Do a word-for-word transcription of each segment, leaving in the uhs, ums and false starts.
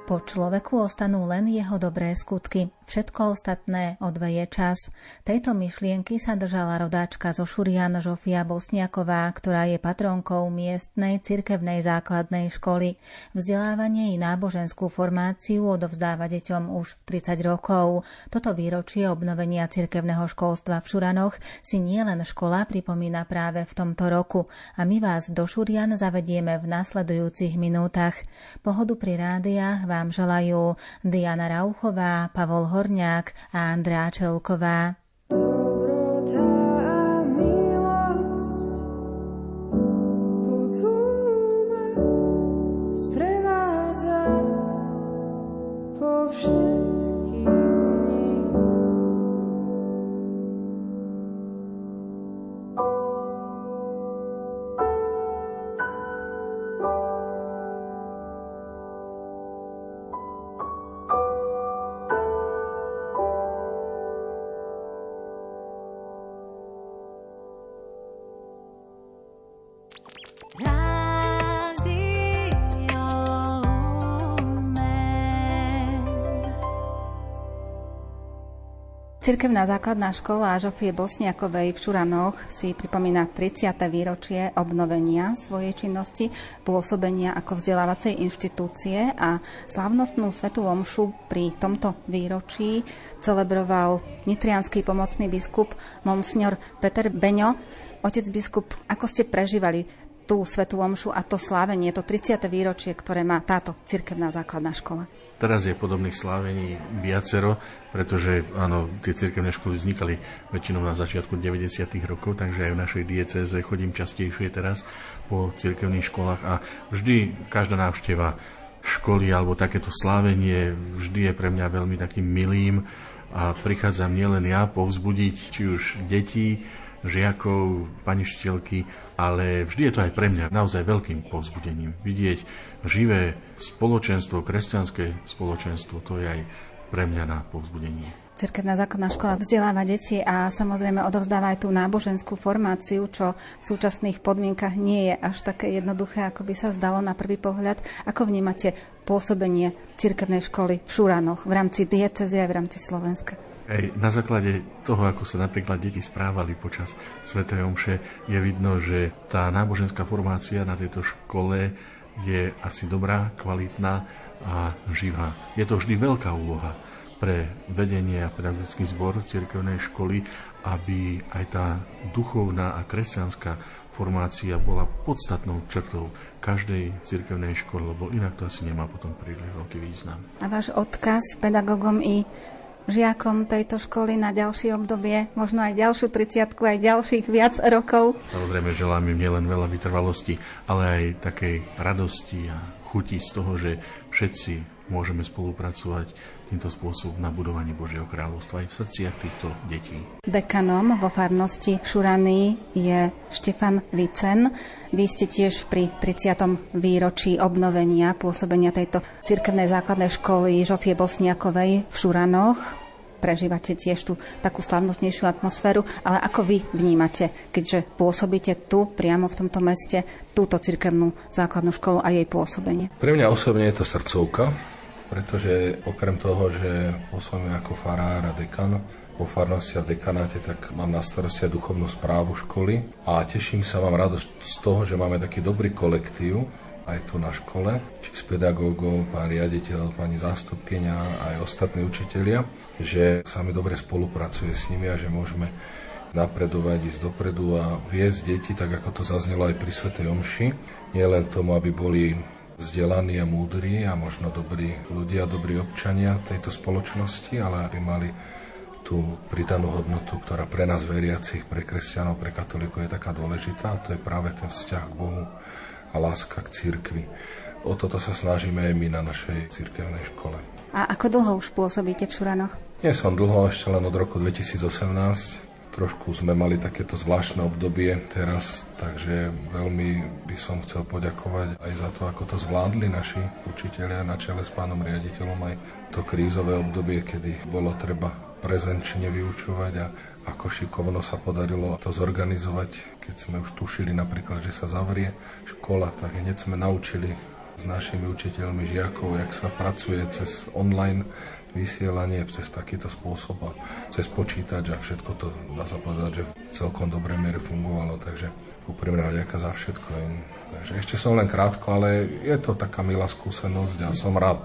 Po človeku ostanú len jeho dobré skutky. Všetko ostatné odveje čas. Tejto myšlienky sa držala rodáčka zo Šurian Žofia Bosniaková, ktorá je patronkou miestnej cirkevnej základnej školy. Vzdelávanie i náboženskú formáciu odovzdáva deťom už tridsať rokov. Toto výročie obnovenia cirkevného školstva v Šuranoch si nielen škola pripomína práve v tomto roku. A my vás do Šurian zavedieme v nasledujúcich minútach. Pohodu pri rádiách vám želajú Diana Rauchová, Pavol Horňák a Andrea Čelková. Cirkevná základná škola Žofie Bosniakovej v Šuranoch si pripomína tridsiate výročie obnovenia svojej činnosti, pôsobenia ako vzdelávacej inštitúcie a slávnostnú svätú omšu pri tomto výročí celebroval nitriansky pomocný biskup Monsignor Peter Beňo. Otec biskup, ako ste prežívali tú svätú omšu a to slávenie, to tridsiate výročie, ktoré má táto cirkevná základná škola? Teraz je podobných slávení viacero, pretože áno, tie cirkevné školy vznikali väčšinou na začiatku deväťdesiatych rokov, takže aj v našej diecéze chodím častejšie teraz po cirkevných školách a vždy každá návšteva školy alebo takéto slávenie vždy je pre mňa veľmi takým milým a prichádzam nielen ja povzbudiť či už detí, žiakov, pani učiteľky, ale vždy je to aj pre mňa naozaj veľkým povzbudením. Vidieť živé spoločenstvo, kresťanské spoločenstvo, to je aj pre mňa na povzbudenie. Cirkevná základná škola vzdeláva deti a samozrejme odovzdáva aj tú náboženskú formáciu, čo v súčasných podmienkach nie je až také jednoduché, ako by sa zdalo na prvý pohľad. Ako vnímate pôsobenie cirkevnej školy v Šuranoch v rámci diecézy a v rámci Slovenska? Aj na základe toho, ako sa napríklad deti správali počas svätej omše, je vidno, že tá náboženská formácia na tejto škole je asi dobrá, kvalitná a živá. Je to vždy veľká úloha pre vedenie a pedagogický zbor cirkevnej školy, aby aj tá duchovná a kresťanská formácia bola podstatnou črtou každej cirkevnej školy, lebo inak to asi nemá potom príliš veľký význam. A váš odkaz pedagógom i žiakom tejto školy na ďalšie obdobie, možno aj ďalšiu tridsiatku, aj ďalších viac rokov? Samozrejme, želám im nielen veľa vytrvalosti, ale aj takej radosti a chuti z toho, že všetci môžeme spolupracovať týmto spôsobom na budovanie Božieho kráľovstva aj v srdciach týchto detí. Dekanom vo farnosti Šurany je Štefan Vicen. Vy ste tiež pri tridsiatom výročí obnovenia pôsobenia tejto cirkevnej základnej školy Žofie Bosniakovej v Šuranoch. Prežívate tiež tú takú slavnostnejšiu atmosféru, ale ako vy vnímate, keďže pôsobíte tu, priamo v tomto meste, túto cirkevnú základnú školu a jej pôsobenie? Pre mňa osobne je to srdcovka, pretože okrem toho, že pôsobím ako farár a dekan vo farnosti a v dekanáte, tak mám na starosti aj duchovnú správu školy a teším sa, mám radosť z toho, že máme taký dobrý kolektív aj tu na škole, či s pedagógov, pán riaditeľ, pani zástupkyňa, aj ostatní učitelia, že sa mi dobre spolupracuje s nimi a že môžeme napredovať, ísť dopredu a viesť deti, tak ako to zaznelo aj pri svätej omši, nie len tomu, aby boli vzdelaní a múdri a možno dobrí ľudia, dobrí občania tejto spoločnosti, ale aby mali tú pridanú hodnotu, ktorá pre nás veriacich, pre kresťanov, pre katolíkov je taká dôležitá, a to je práve ten vzťah k Bohu a láska k cirkvi. O toto sa snažíme aj my na našej cirkevnej škole. A ako dlho už pôsobíte v Šuranoch? Nie som dlho, ešte len od roku dvetisícosemnásť. Trošku sme mali takéto zvláštne obdobie teraz, takže veľmi by som chcel poďakovať aj za to, ako to zvládli naši učitelia na čele s pánom riaditeľom, aj to krízové obdobie, kedy bolo treba prezenčne vyučovať a ako šikovno sa podarilo to zorganizovať. Keď sme už tušili napríklad, že sa zavrie škola, tak hneď sme naučili s našimi učiteľmi žiakov, jak sa pracuje cez online vysielanie, cez takýto spôsob a cez počítač a všetko to, dá sa povedať, že v celkom dobrej miere fungovalo, takže úprimná vďaka za všetko. Takže ešte som len krátko, ale je to taká milá skúsenosť a som rád,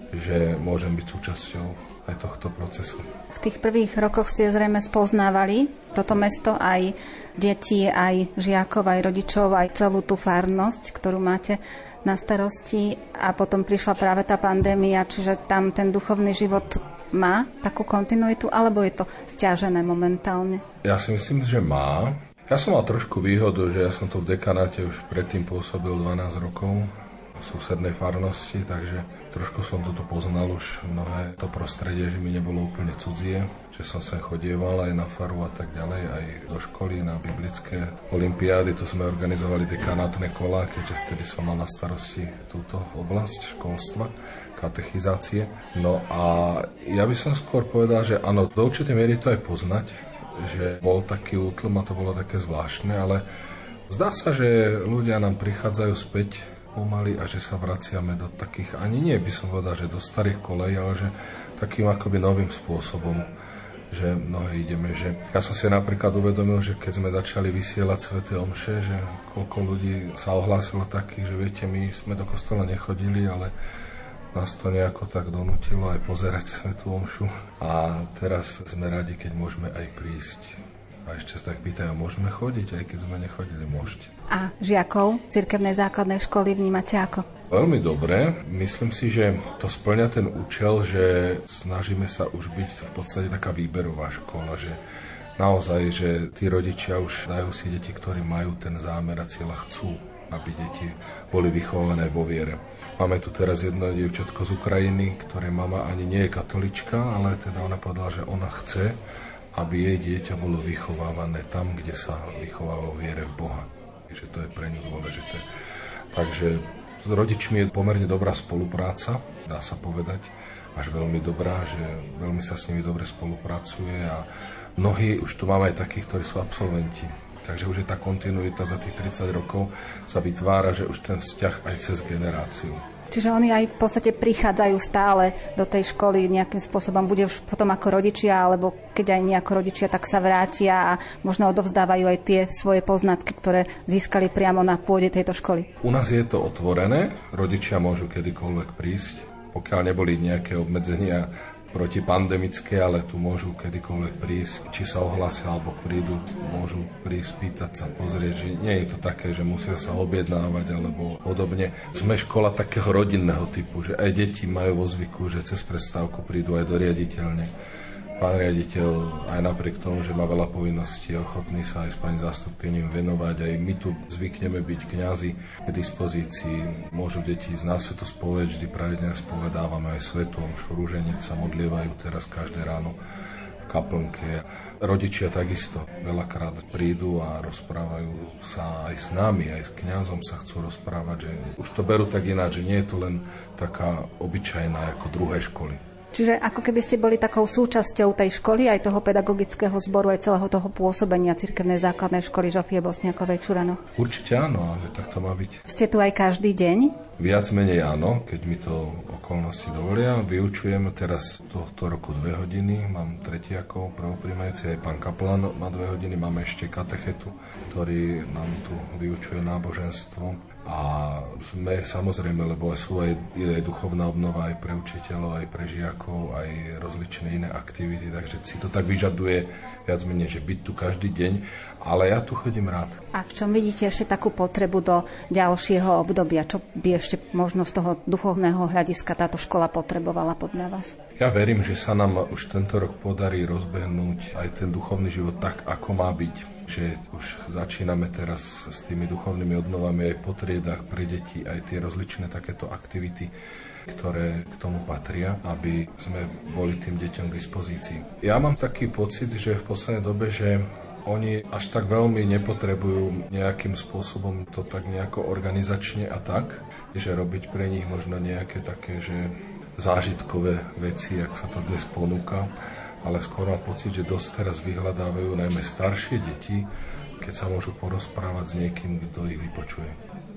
že môžem byť súčasťou aj tohto procesu. V tých prvých rokoch ste zrejme spoznávali toto mesto, aj deti, aj žiakov, aj rodičov, aj celú tú farnosť, ktorú máte na starosti, a potom prišla práve tá pandémia, čiže tam ten duchovný život má takú kontinuitu, alebo je to sťažené momentálne? Ja si myslím, že má. Ja som mal trošku výhodu, že ja som tu v dekanáte už predtým pôsobil dvanásť rokov v susednej farnosti, takže trošku som toto poznal už mnohé to prostredie, že mi nebolo úplne cudzie, že som sa chodieval aj na faru a tak ďalej, aj do školy na biblické olympiády, to sme organizovali dekanátne kolá, keďže vtedy som mal na starosti túto oblasť školstva, katechizácie. No a ja by som skôr povedal, že áno, do určitej miery to aj poznať, že bol taký útlm a to bolo také zvláštne, ale zdá sa, že ľudia nám prichádzajú späť pomaly a že sa vraciame do takých, ani nie by som povedal, že do starých kolej, ale že takým akoby novým spôsobom, že mnohé ideme, že ja som si napríklad uvedomil, že keď sme začali vysielať sväté omše, že koľko ľudí sa ohlásilo takých, že viete, my sme do kostola nechodili, ale nás to nejako tak donútilo aj pozerať svätú omšu a teraz sme radi, keď môžeme aj prísť. A ešte sa tak pýtajú, môžeme chodiť, aj keď sme nechodili, môžete. A žiakov cirkevnej základnej školy vnímate ako? Veľmi dobre. Myslím si, že to spĺňa ten účel, že snažíme sa už byť v podstate taká výberová škola, že naozaj, že tí rodičia už dajú si deti, ktorí majú ten zámer a cieľa, chcú, aby deti boli vychované vo viere. Máme tu teraz jedno dievčatko z Ukrajiny, ktoré mama ani nie je katolička, ale teda ona povedala, že ona chce, aby jej dieťa bolo vychovávané tam, kde sa vychováva vo viere v Boha. Že to je pre ňu dôležité. Takže s rodičmi je pomerne dobrá spolupráca, dá sa povedať, až veľmi dobrá, že veľmi sa s nimi dobre spolupracuje a mnohí, už tu máme aj takých, ktorí sú absolventi. Takže už je tá kontinuita za tých tridsať rokov sa vytvára, že už ten vzťah aj cez generáciu. Čiže oni aj v podstate prichádzajú stále do tej školy nejakým spôsobom, bude už potom ako rodičia, alebo keď aj nie ako rodičia, tak sa vrátia a možno odovzdávajú aj tie svoje poznatky, ktoré získali priamo na pôde tejto školy. U nás je to otvorené, rodičia môžu kedykoľvek prísť, pokiaľ neboli nejaké obmedzenia protipandemické, ale tu môžu kedykoľvek prísť, či sa ohlásia alebo prídu, môžu prísť, pýtať sa, pozrieť, že nie je to také, že musia sa objednávať alebo podobne. Sme škola takého rodinného typu, že aj deti majú vo zvyku, že cez prestávku prídu aj do riaditeľne. Pán riaditeľ, aj napriek tomu, že má veľa povinností, je ochotný sa aj s pani zástupkyním venovať. Aj my tu zvykneme byť kňazi k dispozícii. Môžu deti ísť na svätú spoveď, vždy pravidelne spovedávame aj svätú omšu, ruženec sa modlievajú teraz každé ráno v kaplnke. Rodičia takisto veľakrát prídu a rozprávajú sa aj s nami, aj s kňazom sa chcú rozprávať, že už to berú tak ináč, že nie je to len taká obyčajná ako druhé školy. Čiže ako keby ste boli takou súčasťou tej školy, aj toho pedagogického zboru, aj celého toho pôsobenia cirkevnej základnej školy Žofie Bosniakovej v Šuranoch? Určite áno, že tak to má byť. Ste tu aj každý deň? Viac menej áno, keď mi to okolnosti dovolia. Vyučujem teraz tohto roku dve hodiny, mám tretiakov, prvopríjmajúci, aj pán kaplan má dve hodiny, máme ešte katechetu, ktorý nám tu vyučuje náboženstvo. A sme samozrejme, lebo sú aj, je aj duchovná obnova aj pre učiteľov, aj pre žiakov, aj rozličné iné aktivity, takže si to tak vyžaduje viac menej, že byť tu každý deň, ale ja tu chodím rád. A v čom vidíte ešte takú potrebu do ďalšieho obdobia? Čo by ešte možno z toho duchovného hľadiska táto škola potrebovala podľa vás? Ja verím, že sa nám už tento rok podarí rozbehnúť aj ten duchovný život tak, ako má byť. Že už začíname teraz s tými duchovnými obnovami aj po triedách pre deti, aj tie rozličné takéto aktivity, ktoré k tomu patria, aby sme boli tým deťom k dispozícii. Ja mám taký pocit, že v poslednej dobe, že oni až tak veľmi nepotrebujú nejakým spôsobom to tak nejako organizačne a tak, že robiť pre nich možno nejaké také, že zážitkové veci, ak sa to dnes ponúka, ale skôr mám pocit, že dosť teraz vyhľadávajú najmä staršie deti, keď sa môžu porozprávať s niekým, kto ich vypočuje.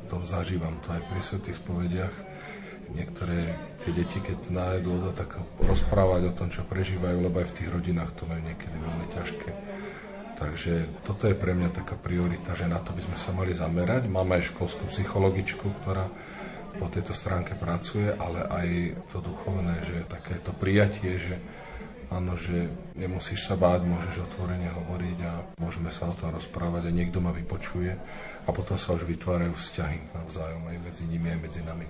to zažívam to aj pri svätých spovediach. Niektoré tie deti, keď nájdu vodu, tak rozprávať o tom, čo prežívajú, lebo aj v tých rodinách to majú niekedy veľmi ťažké. Takže toto je pre mňa taká priorita, že na to by sme sa mali zamerať. Máme aj školskú psychologičku, ktorá po tejto stránke pracuje, ale aj to duchovné, že takéto prijatie, že áno, že nemusíš sa báť, môžeš otvorene hovoriť a môžeme sa o tom rozprávať a niekto ma vypočuje a potom sa už vytvárajú vzťahy navzájom aj medzi nimi, aj medzi nami.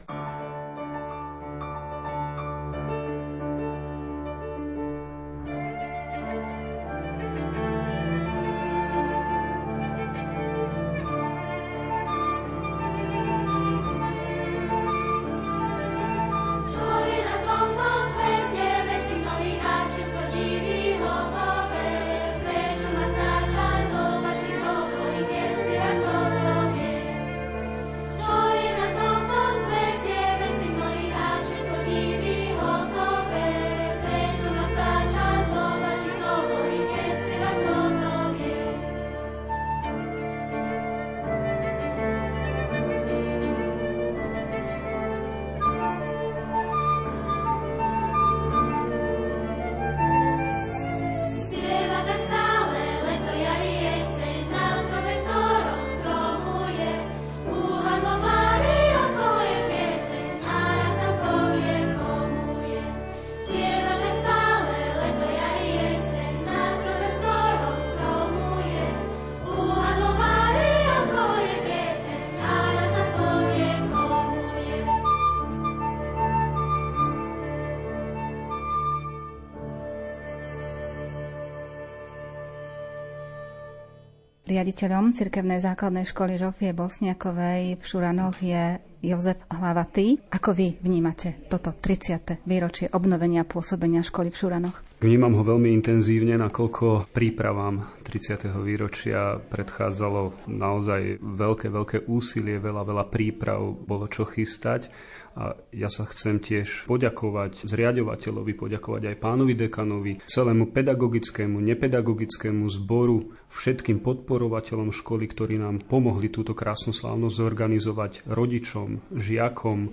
Riaditeľom cirkevnej základnej školy Žofie Bosniakovej v Šuranoch je Jozef Hlavatý. Ako vy vnímate toto tridsiate výročie obnovenia pôsobenia školy v Šuranoch? Vnímam ho veľmi intenzívne, nakoľko prípravám tridsiateho výročia predchádzalo naozaj veľké, veľké úsilie, veľa, veľa príprav, bolo čo chystať. A ja sa chcem tiež poďakovať zriaďovateľovi, poďakovať aj pánovi dekanovi, celému pedagogickému, nepedagogickému zboru, všetkým podporovateľom školy, ktorí nám pomohli túto krásnu slávnosť zorganizovať, rodičom, žiakom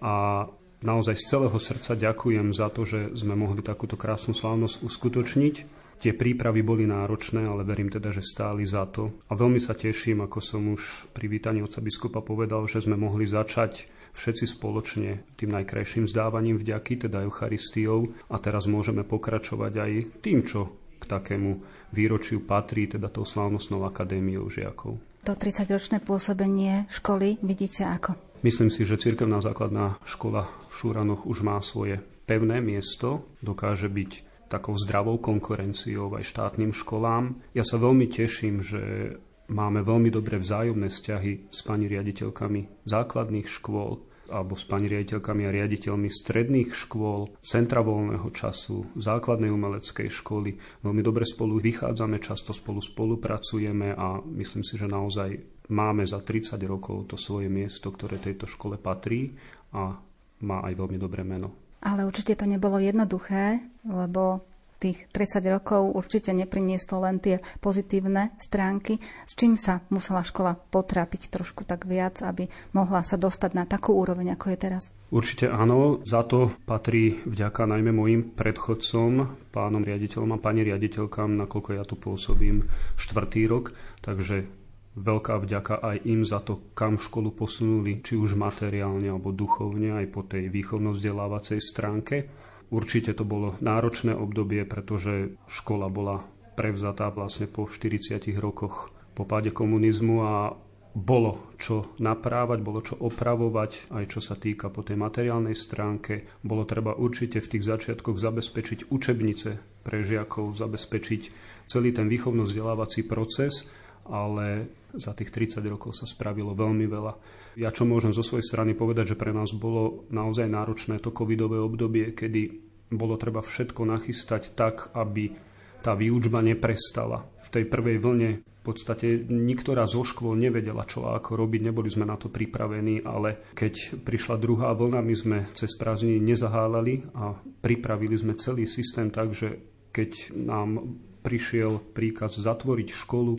a naozaj z celého srdca ďakujem za to, že sme mohli takúto krásnu slávnosť uskutočniť. Tie prípravy boli náročné, ale verím teda, že stáli za to. A veľmi sa teším, ako som už pri vítaní otca biskupa povedal, že sme mohli začať všetci spoločne tým najkrajším vzdávaním vďaky, teda Eucharistiou. A teraz môžeme pokračovať aj tým, čo k takému výročiu patrí, teda tou slávnostnou akadémiou žiakov. To tridsaťročné pôsobenie školy vidíte ako? Myslím si, že cirkevná základná škola v Šuranoch už má svoje pevné miesto, dokáže byť takou zdravou konkurenciou aj štátnym školám. Ja sa veľmi teším, že máme veľmi dobré vzájomné vzťahy s pani riaditeľkami základných škôl alebo s pani riaditeľkami a riaditeľmi stredných škôl, centra voľného času, základnej umeleckej školy. Veľmi dobre spolu vychádzame, často spolu spolupracujeme a myslím si, že naozaj máme za tridsať rokov to svoje miesto, ktoré tejto škole patrí a má aj veľmi dobré meno. Ale určite to nebolo jednoduché, lebo tých tridsať rokov určite neprinieslo len tie pozitívne stránky. S čím sa musela škola potrápiť trošku tak viac, aby mohla sa dostať na takú úroveň, ako je teraz? Určite áno, za to patrí vďaka najmä mojim predchodcom, pánom riaditeľom a pani riaditeľkám, nakoľko ja tu pôsobím štvrtý rok, takže veľká vďaka aj im za to, kam školu posunuli, či už materiálne alebo duchovne, aj po tej výchovno-vzdelávacej stránke. Určite to bolo náročné obdobie, pretože škola bola prevzatá vlastne po štyridsiatich rokoch po páde komunizmu a bolo čo naprávať, bolo čo opravovať, aj čo sa týka po tej materiálnej stránke. Bolo treba určite v tých začiatkoch zabezpečiť učebnice pre žiakov, zabezpečiť celý ten výchovno-vzdelávací proces, ale za tých tridsať rokov sa spravilo veľmi veľa. Ja čo môžem zo svojej strany povedať, že pre nás bolo naozaj náročné to covidové obdobie, kedy bolo treba všetko nachystať tak, aby tá výučba neprestala. V tej prvej vlne v podstate niktorá zo škôl nevedela, čo a ako robiť, neboli sme na to pripravení, ale keď prišla druhá vlna, my sme cez prázdniny nezahálali a pripravili sme celý systém tak, že keď nám prišiel príkaz zatvoriť školu,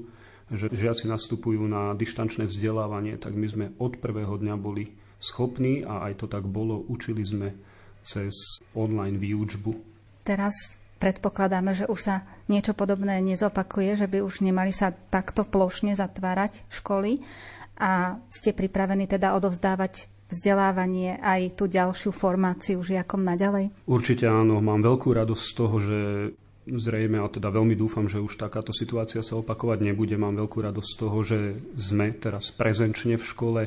že žiaci nastupujú na dištančné vzdelávanie, tak my sme od prvého dňa boli schopní, a aj to tak bolo, učili sme cez online výučbu. Teraz predpokladáme, že už sa niečo podobné nezopakuje, že by už nemali sa takto plošne zatvárať školy, a ste pripravení teda odovzdávať vzdelávanie aj tú ďalšiu formáciu žiakom naďalej? Určite áno, mám veľkú radosť z toho, že zrejme, a teda veľmi dúfam, že už takáto situácia sa opakovať nebude. Mám veľkú radosť z toho, že sme teraz prezenčne v škole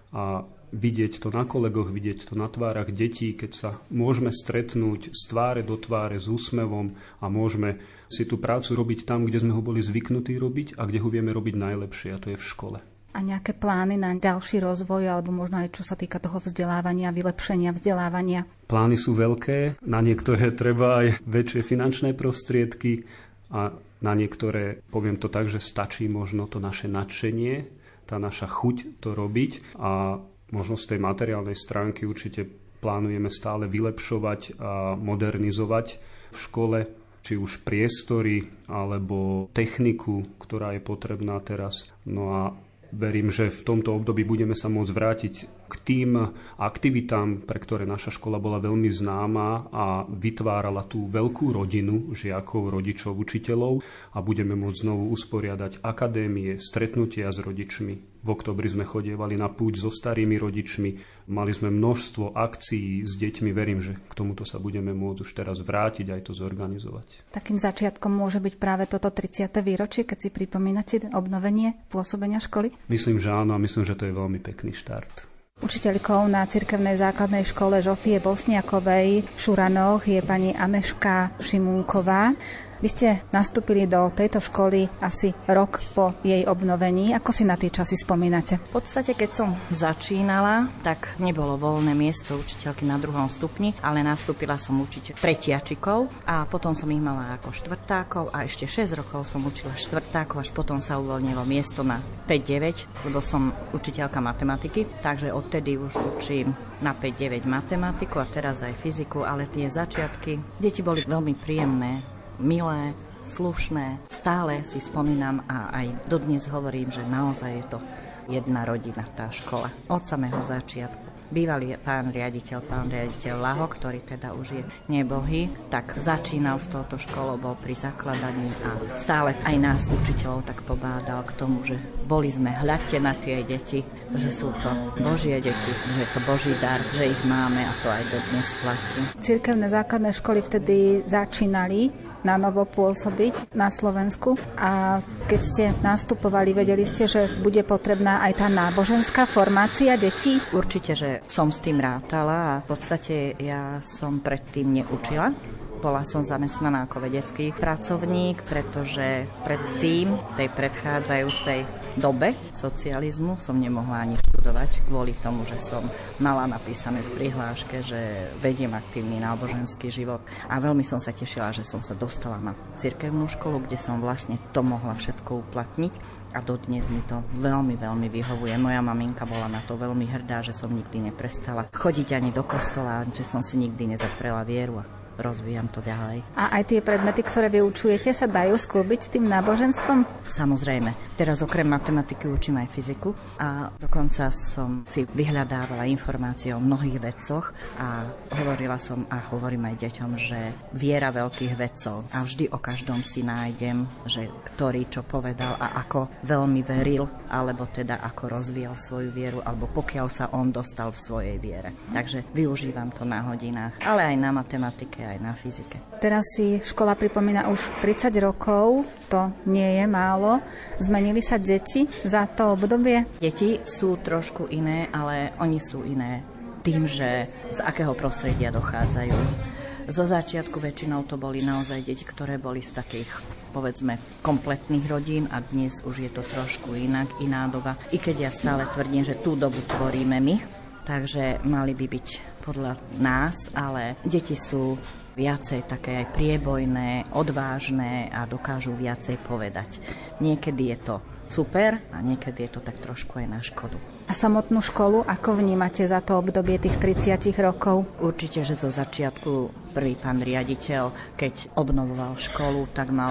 a vidieť to na kolegoch, vidieť to na tvárach detí, keď sa môžeme stretnúť z tváre do tváre s úsmevom a môžeme si tú prácu robiť tam, kde sme ho boli zvyknutí robiť a kde ho vieme robiť najlepšie, a to je v škole. A nejaké plány na ďalší rozvoj, alebo možno aj čo sa týka toho vzdelávania, vylepšenia vzdelávania? Plány sú veľké, na niektoré treba aj väčšie finančné prostriedky a na niektoré, poviem to tak, že stačí možno to naše nadšenie, tá naša chuť to robiť, a možno z tej materiálnej stránky určite plánujeme stále vylepšovať a modernizovať v škole, či už priestory alebo techniku, ktorá je potrebná teraz. No a verím, že v tomto období budeme sa môcť vrátiť k tým aktivitám, pre ktoré naša škola bola veľmi známa a vytvárala tú veľkú rodinu žiakov, rodičov, učiteľov, a budeme môcť znovu usporiadať akadémie, stretnutia s rodičmi. V októbri sme chodievali na púť so starými rodičmi, mali sme množstvo akcií s deťmi, verím, že k tomuto sa budeme môcť už teraz vrátiť, aj to zorganizovať. Takým začiatkom môže byť práve toto tridsiate výročie, keď si pripomínate obnovenie pôsobenia školy? Myslím, že áno, a myslím, že to je veľmi pekný štart. Učiteľkou na cirkevnej základnej škole Žofie Bosniakovej v Šuranoch je pani Aneška Šimunková. Vy ste nastúpili do tejto školy asi rok po jej obnovení. Ako si na tie časy spomínate? V podstate, keď som začínala, tak nebolo voľné miesto učiteľky na druhom stupni, ale nastúpila som učiť tretiačikov a potom som ich mala ako štvrtákov a ešte šesť rokov som učila štvrtákov, až potom sa uvoľnilo miesto na päť deväť, lebo som učiteľka matematiky, takže odtedy už učím na päť deväť matematiku a teraz aj fyziku, ale tie začiatky, deti boli veľmi príjemné, milé, slušné. Stále si spomínam a aj dodnes hovorím, že naozaj je to jedna rodina, tá škola. Od samého začiatku. Bývalý pán riaditeľ, pán riaditeľ Laho, ktorý teda už je nebohý, tak začínal s touto školou, bol pri zakladaní a stále aj nás, učiteľov, tak pobádal k tomu, že boli sme, hľadte na tie deti, že sú to Božie deti, že je to Boží dar, že ich máme, a to aj dodnes platí. Cirkevné základné školy vtedy začínali na novo pôsobiť na Slovensku, a keď ste nastupovali, vedeli ste, že bude potrebná aj tá náboženská formácia detí? Určite, že som s tým rátala a v podstate ja som predtým neučila. Bola som zamestnaná ako vedecký pracovník, pretože predtým, v tej predchádzajúcej dobe socializmu, som nemohla ani študovať kvôli tomu, že som mala napísané v prihláške, že vediem aktívny náboženský život. A veľmi som sa tešila, že som sa dostala na cirkevnú školu, kde som vlastne to mohla všetko uplatniť. A dodnes mi to veľmi, veľmi vyhovuje. Moja maminka bola na to veľmi hrdá, že som nikdy neprestala chodiť ani do kostola, že som si nikdy nezaprela vieru a rozvíjam to ďalej. A aj tie predmety, ktoré vyučujete, sa dajú skĺbiť s tým náboženstvom? Samozrejme. Teraz okrem matematiky učím aj fyziku a dokonca som si vyhľadávala informácie o mnohých vedcoch a hovorila som a hovorím aj deťom, že viera veľkých vedcov a vždy o každom si nájdem, že ktorý čo povedal a ako veľmi veril, alebo teda ako rozvíjal svoju vieru, alebo pokiaľ sa on dostal v svojej viere. Takže využívam to na hodinách, ale aj na matematike, aj na fyzike. Teraz si škola pripomína už tridsať rokov, to nie je málo. Zmenili sa deti za to obdobie? Deti sú trošku iné, ale oni sú iné tým, že z akého prostredia dochádzajú. Zo začiatku väčšinou to boli naozaj deti, ktoré boli z takých, povedzme, kompletných rodín a dnes už je to trošku inak, iná doba. I keď ja stále tvrdím, že tú dobu tvoríme my, takže mali by byť podľa nás, ale deti sú viacej také aj priebojné, odvážne a dokážu viacej povedať. Niekedy je to super a niekedy je to tak trošku aj na škodu. A samotnú školu, ako vnímate za to obdobie tých tridsať rokov? Určite, že zo začiatku prvý pán riaditeľ, keď obnovoval školu, tak mal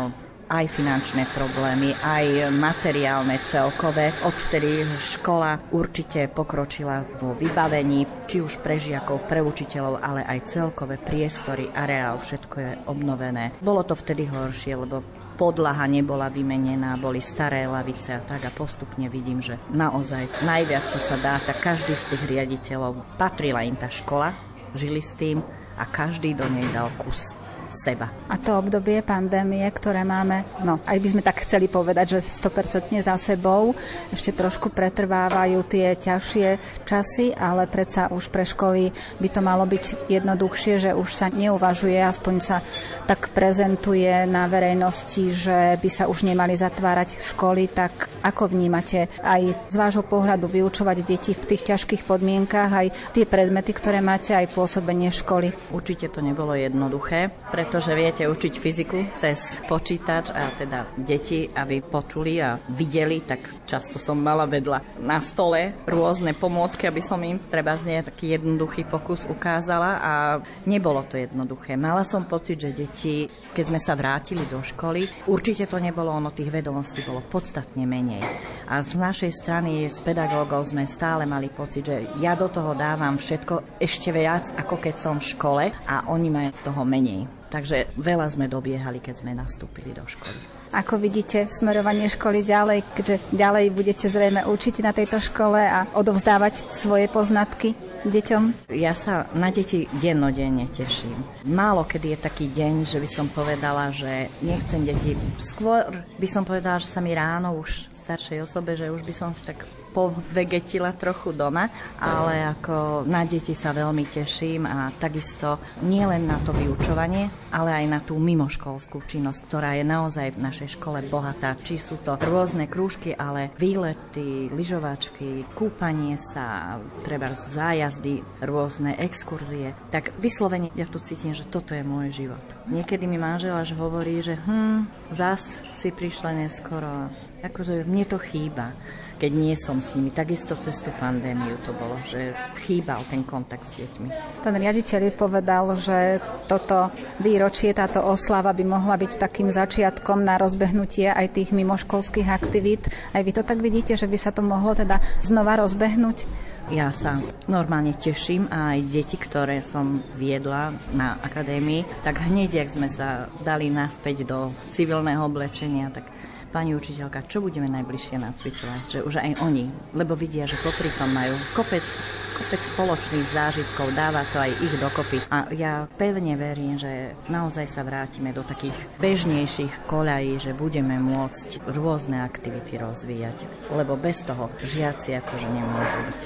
aj finančné problémy, aj materiálne celkové. Odvtedy škola určite pokročila vo vybavení, či už pre žiakov, pre učiteľov, ale aj celkové priestory, areál, všetko je obnovené. Bolo to vtedy horšie, lebo podlaha nebola vymenená, boli staré lavice a tak a postupne vidím, že naozaj najviac, čo sa dá, tak každý z tých riaditeľov, patrila im tá škola, žili s tým a každý do nej dal kus seba. A to obdobie pandémie, ktoré máme, no aj by sme tak chceli povedať, že sto percent za sebou, ešte trošku pretrvávajú tie ťažšie časy, ale predsa už pre školy by to malo byť jednoduchšie, že už sa neuvažuje, aspoň sa tak prezentuje na verejnosti, že by sa už nemali zatvárať školy, tak ako vnímate aj z vášho pohľadu vyučovať deti v tých ťažkých podmienkách, aj tie predmety, ktoré máte, aj pôsobenie školy? Určite to nebolo jednoduché, pretože viete učiť fyziku cez počítač a teda deti, aby počuli a videli, tak často som mala vedľa na stole rôzne pomôcky, aby som im treba z nej taký jednoduchý pokus ukázala a nebolo to jednoduché. Mala som pocit, že deti, keď sme sa vrátili do školy, určite to nebolo ono, tých vedomostí bolo podstatne menej. A z našej strany, z pedagógov, sme stále mali pocit, že ja do toho dávam všetko ešte viac, ako keď som v škole a oni majú z toho menej. Takže veľa sme dobiehali, keď sme nastúpili do školy. Ako vidíte smerovanie školy ďalej, keďže ďalej budete zrejme učiť na tejto škole a odovzdávať svoje poznatky deťom? Ja sa na deti dennodenne teším. Málo kedy je taký deň, že by som povedala, že nechcem deti. Skôr by som povedala, že sa mi ráno už staršej osobe, že už by som si tak povegetila trochu doma, ale ako na deti sa veľmi teším a takisto nie len na to vyučovanie, ale aj na tú mimoškolskú činnosť, ktorá je naozaj v našej škole bohatá. Či sú to rôzne krúžky, ale výlety, lyžovačky, kúpanie sa, treba zájazdy, rôzne exkurzie. Tak vyslovene ja tu cítim, že toto je môj život. Niekedy mi manžel až hovorí, že hm, zas si prišla neskoro. Akože mne to chýba, keď nie som s nimi. Takisto cez tú pandémiu to bolo, že chýbal ten kontakt s deťmi. Pán riaditeľ povedal, že toto výročie, táto oslava by mohla byť takým začiatkom na rozbehnutie aj tých mimoškolských aktivít. Aj vy to tak vidíte, že by sa to mohlo teda znova rozbehnúť? Ja sa normálne teším a aj deti, ktoré som viedla na akadémii, tak hneď, jak sme sa dali naspäť do civilného oblečenia, tak pani učiteľka, čo budeme najbližšie nacvičovať? Že už aj oni, lebo vidia, že popri tom majú kopec, kopec spoločných zážitkov, dáva to aj ich dokopy. A ja pevne verím, že naozaj sa vrátime do takých bežnejších koľají, že budeme môcť rôzne aktivity rozvíjať, lebo bez toho žiaci akože nemôžu byť.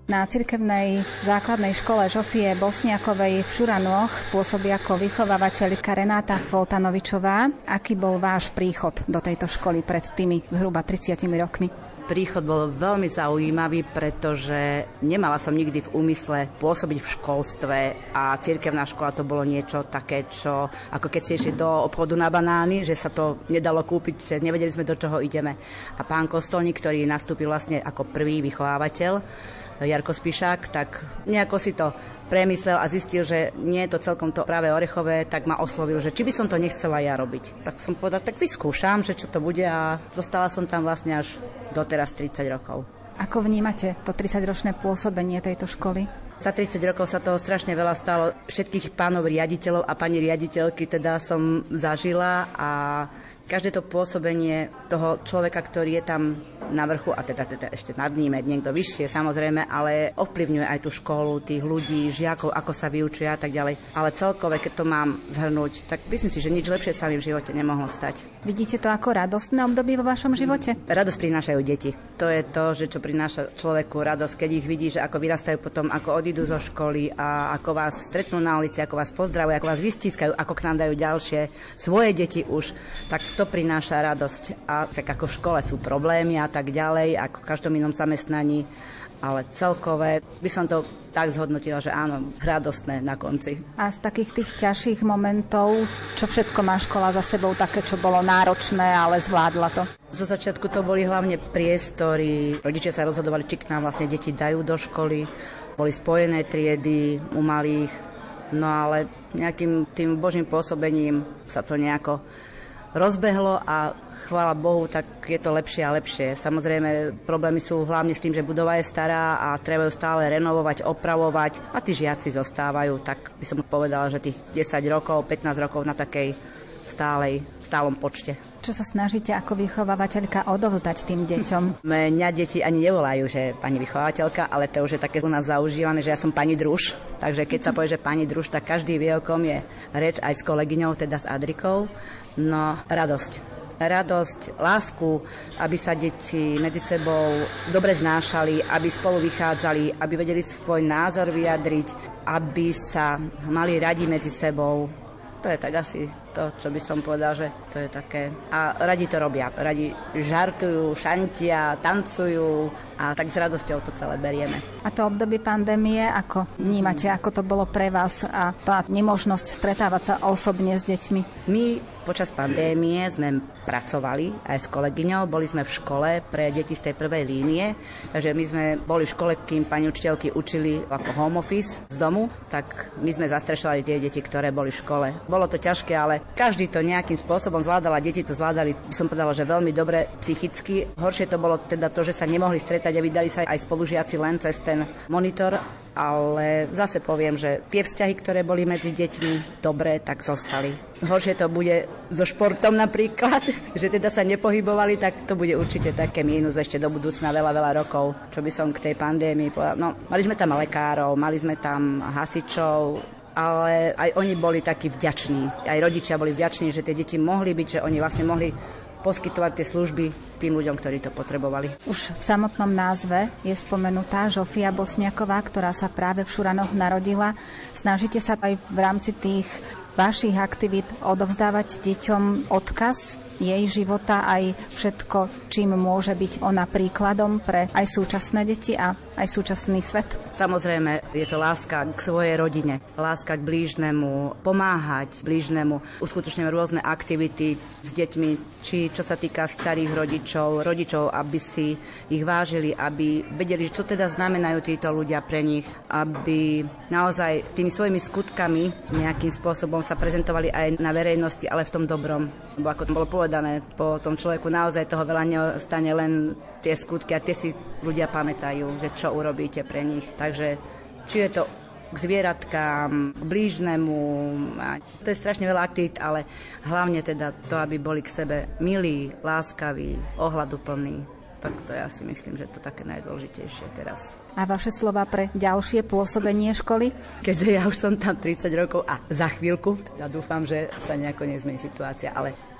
Na cirkevnej základnej škole Žofie Bosniakovej v Šuranoch pôsobí ako vychovávateľka Renáta Voltanovičová. Aký bol váš príchod do tejto školy pred tými zhruba tridsiatimi rokmi? Príchod bol veľmi zaujímavý, pretože nemala som nikdy v úmysle pôsobiť v školstve a cirkevná škola to bolo niečo také, čo ako keď si išli do obchodu na banány, že sa to nedalo kúpiť, že nevedeli sme, do čoho ideme. A pán Kostolník, ktorý nastúpil vlastne ako prvý vychovávateľ, Jarko Spišák, tak nejako si to premyslel a zistil, že nie je to celkom to práve orechové, tak ma oslovil, že či by som to nechcela ja robiť. Tak som povedal, tak vyskúšam, že čo to bude a zostala som tam vlastne až doteraz tridsať rokov. Ako vnímate to tridsaťročné pôsobenie tejto školy? Za tridsať rokov sa toho strašne veľa stalo. Všetkých pánov riaditeľov a pani riaditeľky teda som zažila a každé to pôsobenie toho človeka, ktorý je tam na vrchu, a teda, teda ešte nad ním je niekto vyššie samozrejme, ale ovplyvňuje aj tú školu, tých ľudí, žiakov, ako sa vyučuje a tak ďalej. Ale celkové, keď to mám zhrnúť, tak myslím si, že nič lepšie sa mi v živote nemohlo stať. Vidíte to ako radostné obdobie vo vašom živote? Radosť prinášajú deti. To je to, že čo prináša človeku radosť, keď ich vidí, že ako vyrastajú potom, ako odídu zo školy a ako vás stretnú na ulici, ako vás pozdravujú, ako vás vystískajú, ako k nám dajú ďalšie svoje deti už, tak to prináša radosť. A tak ako v škole sú problémy a tak ďalej, ako v každom inom zamestnaní, ale celkové by som to tak zhodnotila, že áno, radostné na konci. A z takých tých ťažších momentov, čo všetko má škola za sebou, také, čo bolo náročné, ale zvládla to? Zo začiatku to boli hlavne priestory. Rodičia sa rozhodovali, či k nám vlastne deti dajú do školy. Boli spojené triedy u malých, no ale nejakým tým božím pôsobením sa to nejako rozbehlo a chvála Bohu, tak je to lepšie a lepšie. Samozrejme, problémy sú hlavne s tým, že budova je stará a treba ju stále renovovať, opravovať a tí žiaci zostávajú. Tak by som povedala, že tých desať rokov, pätnásť rokov na takej stálej, stálom počte. Čo sa snažíte ako vychovávateľka odovzdať tým deťom? Mňa deti ani nevolajú, že pani vychovávateľka, ale to už je také u nás zaužívané, že ja som pani druž. Takže keď sa povie, že pani druž, tak každý vie, o kom je reč, aj s kolegyňou, teda s Adrikou. No, radosť. Radosť, lásku, aby sa deti medzi sebou dobre znášali, aby spolu vychádzali, aby vedeli svoj názor vyjadriť, aby sa mali radi medzi sebou. To je tak asi to, čo by som povedal, že to je také. A radi to robia. Radi žartujú, šantia, tancujú a tak s radosťou to celé berieme. A to obdobie pandémie, ako vnímate, ako to bolo pre vás a tá nemožnosť stretávať sa osobne s deťmi? My počas pandémie sme pracovali aj s kolegyňou, boli sme v škole pre deti z tej prvej línie, takže my sme boli v škole, kým pani učiteľky učili ako home office z domu, tak my sme zastrešovali tie deti, ktoré boli v škole. Bolo to ťažké, ale každý to nejakým spôsobom zvládal a deti to zvládali, by som povedala, že veľmi dobre psychicky. Horšie to bolo teda to, že sa nemohli stretať a vydali sa aj spolužiaci len cez ten monitor, ale zase poviem, že tie vzťahy, ktoré boli medzi deťmi dobré, tak zostali. Horšie to bude so športom napríklad, že teda sa nepohybovali, tak to bude určite také mínus ešte do budúcna veľa, veľa rokov, čo by som k tej pandémii povedala. No, mali sme tam lekárov, mali sme tam hasičov, ale aj oni boli takí vďační. Aj rodičia boli vďační, že tie deti mohli byť, že oni vlastne mohli poskytovať tie služby tým ľuďom, ktorí to potrebovali. Už v samotnom názve je spomenutá Žofia Bosniaková, ktorá sa práve v Šuranoch narodila. Snažíte sa aj v rámci tých vašich aktivít odovzdávať deťom odkaz jej života, aj všetko, čím môže byť ona príkladom pre aj súčasné deti a aj súčasný svet? Samozrejme, je to láska k svojej rodine, láska k blížnemu, pomáhať blížnemu, uskutočňovať rôzne aktivity s deťmi, či čo sa týka starých rodičov, rodičov, aby si ich vážili, aby vedeli, čo teda znamenajú títo ľudia pre nich, aby naozaj tými svojimi skutkami nejakým spôsobom sa prezentovali aj na verejnosti, ale v tom dobrom. Lebo ako to bolo povedané, po tom človeku naozaj toho veľa neostane, len tie skutky a tie si ľudia pamätajú, že čo urobíte pre nich. Takže či je to k zvieratkám, k blížnemu, to je strašne veľa aktivít, ale hlavne teda to, aby boli k sebe milí, láskaví, ohľaduplní. Tak to ja si myslím, že to také najdôležitejšie teraz. A vaše slova pre ďalšie pôsobenie školy? Keďže ja už som tam tridsať rokov a za chvíľku, ja dúfam, že sa nejako nezmení situácia, ale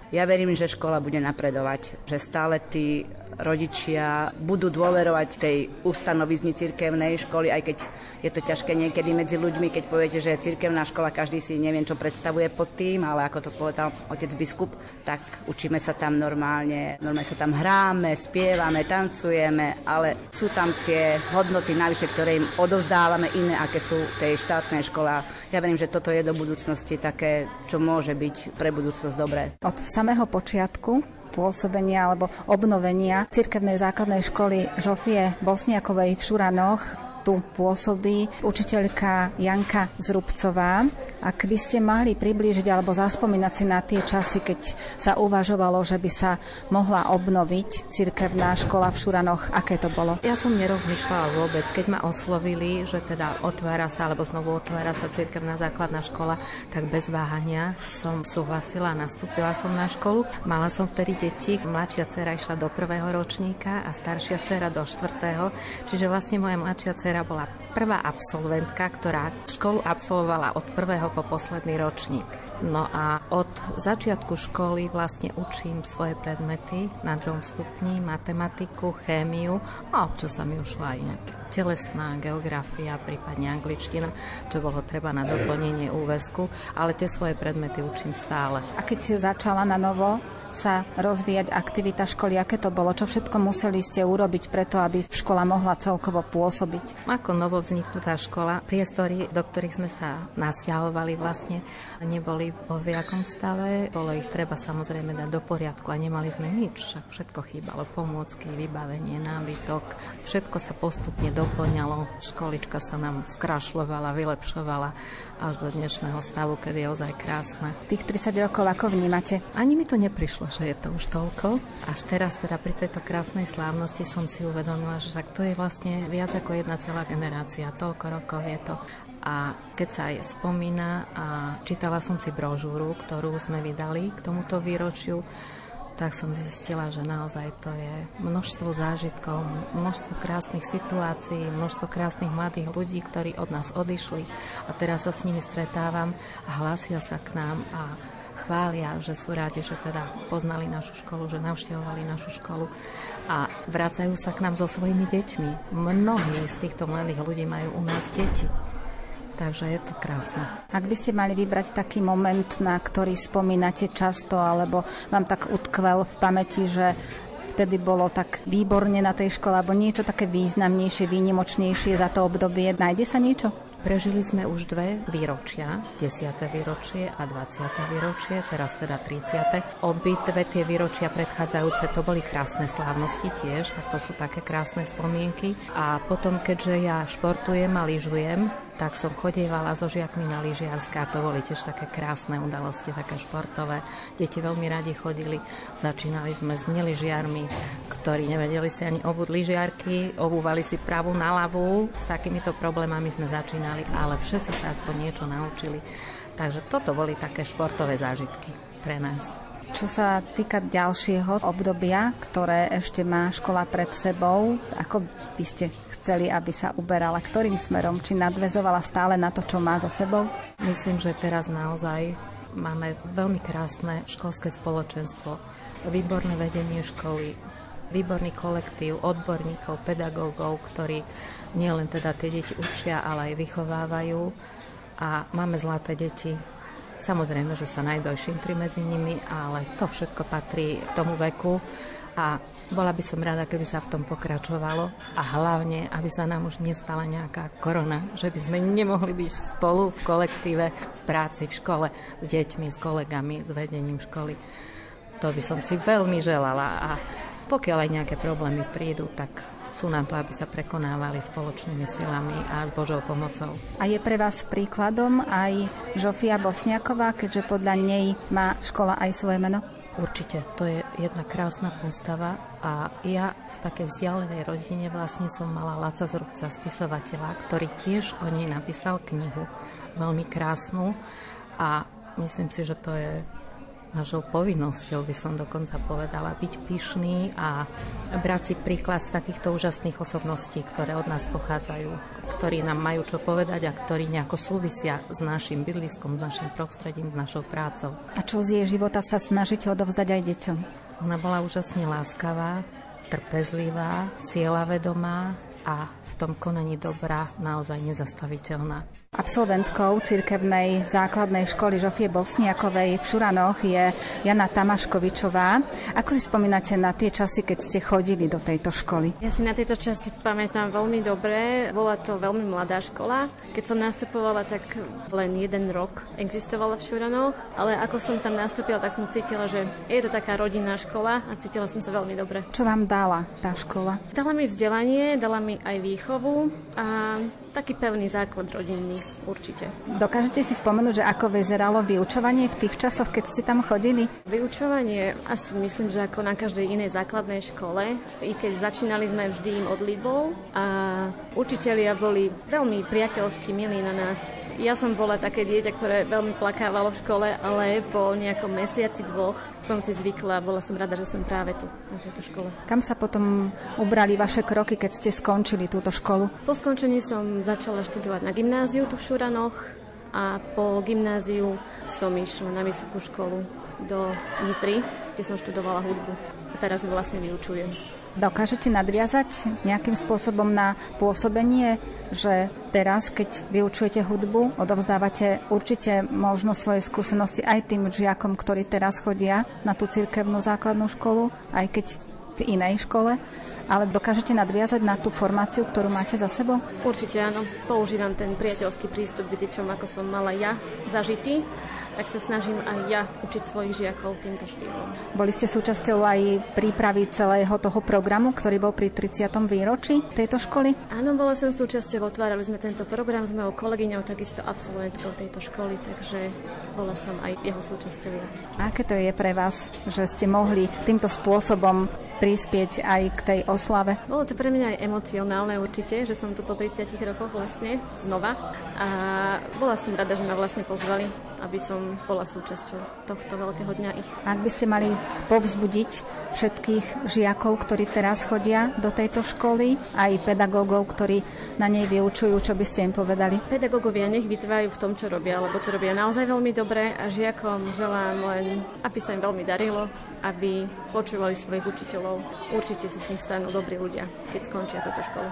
Ja verím, že škola bude napredovať, že stále tí rodičia budú dôverovať tej ustanovizni cirkevnej školy, aj keď je to ťažké niekedy medzi ľuďmi, keď poviete, že je cirkevná škola, každý si neviem, čo predstavuje pod tým, ale ako to povedal otec biskup, tak učíme sa tam normálne, normálne sa tam hráme, spievame, tancujeme, ale sú tam tie hodnoty navyše, ktoré im odovzdávame iné, aké sú v tej štátnej škole. Ja verím, že toto je do budúcnosti také, čo môže byť pre budúcnosť dobré. Od samého počiatku pôsobenia alebo obnovenia cirkevnej základnej školy Žofie Bosniakovej v Šuranoch tu pôsobí učiteľka Janka Zrubcová. Ak by ste mohli priblížiť alebo zaspomínať si na tie časy, keď sa uvažovalo, že by sa mohla obnoviť cirkevná škola v Šuranoch, aké to bolo? Ja som nerozmýšľala vôbec. Keď ma oslovili, že teda otvára sa, alebo znovu otvára sa cirkevná základná škola, tak bez váhania som súhlasila a nastúpila som na školu. Mala som vtedy deti, mladšia dcera išla do prvého ročníka a staršia dcera do štvrtého. Čiže vlastne moja mladšia dcera bola prvá absolventka, ktorá školu absolvovala od prvého po posledný ročník. No a od začiatku školy vlastne učím svoje predmety na druhom stupni, matematiku, chémiu a občas sa mi ušla aj nejaká telesná geografia, prípadne angličtina, čo bolo treba na doplnenie úväzku, ale tie svoje predmety učím stále. A keď začala na novo sa rozvíjať aktivita školy, aké to bolo? Čo všetko museli ste urobiť preto, aby škola mohla celkovo pôsobiť? Ako novo vzniknutá škola, priestory, do ktorých sme sa nasťahovali vlastne, neboli vo viakom stave. Bolo ich treba samozrejme dať do poriadku a nemali sme nič. Však všetko chýbalo, pomôcky, vybavenie, nábytok. Všetko sa postupne doplňalo. Školička sa nám skrašľovala, vylepšovala až do dnešného stavu, keď je ozaj krásne. Tých tridsať rokov ako vnímate? Ani mi to neprišlo, že je to už toľko. Až teraz teda pri tejto krásnej slávnosti som si uvedomila, že to je vlastne viac ako jedna celá generácia. Toľko rokov je to. A keď sa aj spomína a čítala som si brožúru, ktorú sme vydali k tomuto výročiu, tak som zistila, že naozaj to je množstvo zážitkov, množstvo krásnych situácií, množstvo krásnych mladých ľudí, ktorí od nás odišli a teraz sa s nimi stretávam a hlásia sa k nám a chvália, že sú rádi, že teda poznali našu školu, že navštevovali našu školu a vracajú sa k nám so svojimi deťmi. Mnohí z týchto mladých ľudí majú u nás deti. Takže je to krásne. Ak by ste mali vybrať taký moment, na ktorý spomínate často, alebo vám tak utkvel v pamäti, že vtedy bolo tak výborne na tej škole, alebo niečo také významnejšie, výnimočnejšie za to obdobie, nájde sa niečo? Prežili sme už dve výročia, desiate výročie a dvadsiate výročie, teraz teda tridsiate Obidve tie výročia predchádzajúce, to boli krásne slávnosti tiež, tak to sú také krásne spomienky. A potom, keďže ja športujem a lyžujem, tak som chodievala so žiakmi na lyžiarska. To boli tiež také krásne udalosti, také športové. Deti veľmi radi chodili. Začínali sme s nelyžiarmi, ktorí nevedeli si ani obúť lyžiarky, obúvali si pravú na ľavú. S takýmito problémami sme začínali, ale všetci sa aspoň niečo naučili. Takže toto boli také športové zážitky pre nás. Čo sa týka ďalšieho obdobia, ktoré ešte má škola pred sebou, ako by ste chceli, aby sa uberala, ktorým smerom? Či nadväzovala stále na to, čo má za sebou? Myslím, že teraz naozaj máme veľmi krásne školské spoločenstvo, výborné vedenie školy, výborný kolektív odborníkov, pedagógov, ktorí nielen teda tie deti učia, ale aj vychovávajú a máme zlaté deti. Samozrejme, že sa nájdú aj šintry medzi nimi, ale to všetko patrí k tomu veku a bola by som rada, keby sa v tom pokračovalo a hlavne, aby sa nám už nestala nejaká korona, že by sme nemohli byť spolu v kolektíve, v práci, v škole s deťmi, s kolegami, s vedením školy. To by som si veľmi želala a pokiaľ aj nejaké problémy prídu, tak sú na to, aby sa prekonávali spoločnými silami a s Božou pomocou. A je pre vás príkladom aj Žofia Bosniaková, keďže podľa nej má škola aj svoje meno? Určite, to je jedna krásna postava a ja v takej vzdialenej rodine vlastne som mala Laca Zrubca, spisovateľa, ktorý tiež o nej napísal knihu, veľmi krásnu a myslím si, že to je našou povinnosťou, by som dokonca povedala, byť pyšný a brať si príklad z takýchto úžasných osobností, ktoré od nás pochádzajú, ktorí nám majú čo povedať a ktorí nejako súvisia s našim bydliskom, s našim prostredím, s našou prácou. A čo z jej života sa snažíte odovzdať aj deťom? Ona bola úžasne láskavá, trpezlivá, cieľavedomá a v tom konaní dobra naozaj nezastaviteľná. Absolventkou cirkevnej základnej školy Žofie Bosniakovej v Šuranoch je Jana Tamaškovičová. Ako si spomínate na tie časy, keď ste chodili do tejto školy? Ja si na tieto časy pamätám veľmi dobre. Bola to veľmi mladá škola. Keď som nastupovala, tak len jeden rok existovala v Šuranoch, ale ako som tam nastúpila, tak som cítila, že je to taká rodinná škola a cítila som sa veľmi dobre. Čo vám dala tá škola? Dala mi vzdelanie, dala mi aj výchovu a taký pevný základ rodinný, určite. Dokážete si spomenúť, že ako vyzeralo vyučovanie v tých časoch, keď ste tam chodili? Vyučovanie asi myslím, že ako na každej inej základnej škole, i keď začínali sme vždy modlitbou a učitelia boli veľmi priateľskí, milí na nás. Ja som bola také dieťa, ktoré veľmi plakávalo v škole, ale po nejakom mesiaci dvoch som si zvykla a bola som rada, že som práve tu, na tejto škole. Kam sa potom ubrali vaše kroky, keď ste skončili túto školu? Po skončení som začala študovať na gymnáziu tu v Šuranoch a po gymnáziu som išla na vysokú školu do Nitry, kde som študovala hudbu. A teraz ju vlastne vyučujem. Dokážete nadviazať nejakým spôsobom na pôsobenie, že teraz, keď vyučujete hudbu, odovzdávate určite možno svoje skúsenosti aj tým žiakom, ktorí teraz chodia na tú cirkevnú základnú školu, aj keď v inej škole, ale dokážete nadviazať na tú formáciu, ktorú máte za sebou? Určite áno. Používam ten priateľský prístup k deťom, ako som mala ja zažitý, tak sa snažím aj ja učiť svojich žiakov týmto štýlom. Boli ste súčasťou aj prípravy celého toho programu, ktorý bol pri tridsiatom výročí tejto školy? Áno, bola som súčasťou, otvárali sme tento program s mojou kolegyňou, takisto absolventkou tejto školy, takže bola som aj jeho súčasťou. A aké to je pre vás, že ste mohli týmto spôsobom prispieť aj k tej oslave? Bolo to pre mňa aj emocionálne určite, že som tu po tridsiatich rokoch vlastne znova a bola som rada, že ma vlastne pozvali, aby som bola súčasťou tohto veľkého dňa ich. Ak by ste mali povzbudiť všetkých žiakov, ktorí teraz chodia do tejto školy, aj pedagógov, ktorí na nej vyučujú, čo by ste im povedali? Pedagógovia nech vytrvajú v tom, čo robia, lebo to robia naozaj veľmi dobre a žiakom želám len, aby sa im veľmi darilo, aby počúvali svojich učiteľov. Určite si s nich stanú dobrí ľudia, keď skončia túto školu.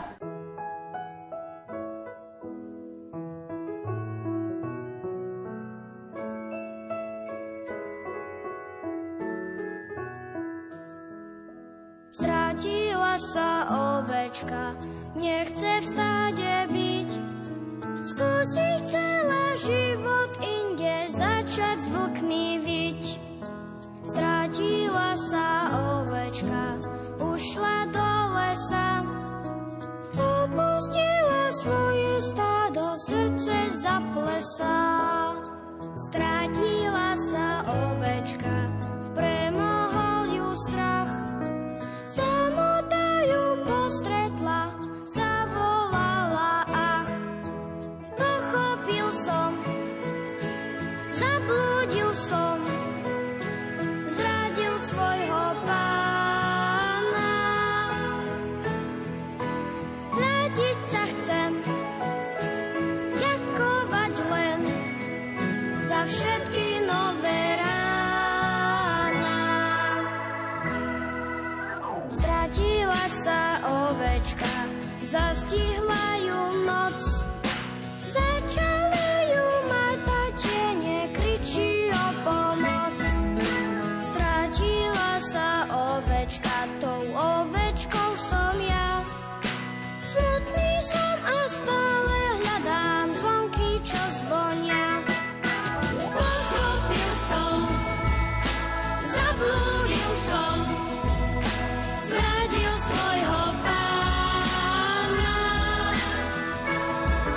Strátila sa ovečka, nechce v stáde byť. Skúsi celá život inde začať s vlkmi vyť. Strátila sa ovečka, ušla do lesa. Opustila svoje stádo, srdce zaplesá. Strátila sa ovečka, premohol ju strach. Samota ju postretla, zavolala ach. Pochopil som, zablúdil som, zradil svojho pána. Vrátiť sa chcem, ďakovať len za všetky nové rána. Strátila sa ovečka, zastihla ju noc. Začali ju matať tiene, kričí o pomoc. Strátila sa ovečka, tou ovečkou som ja. Smutný som a stále hľadám zvonky, čo zvonia. Pochopil som, zablúdil som, zradil svojho pána.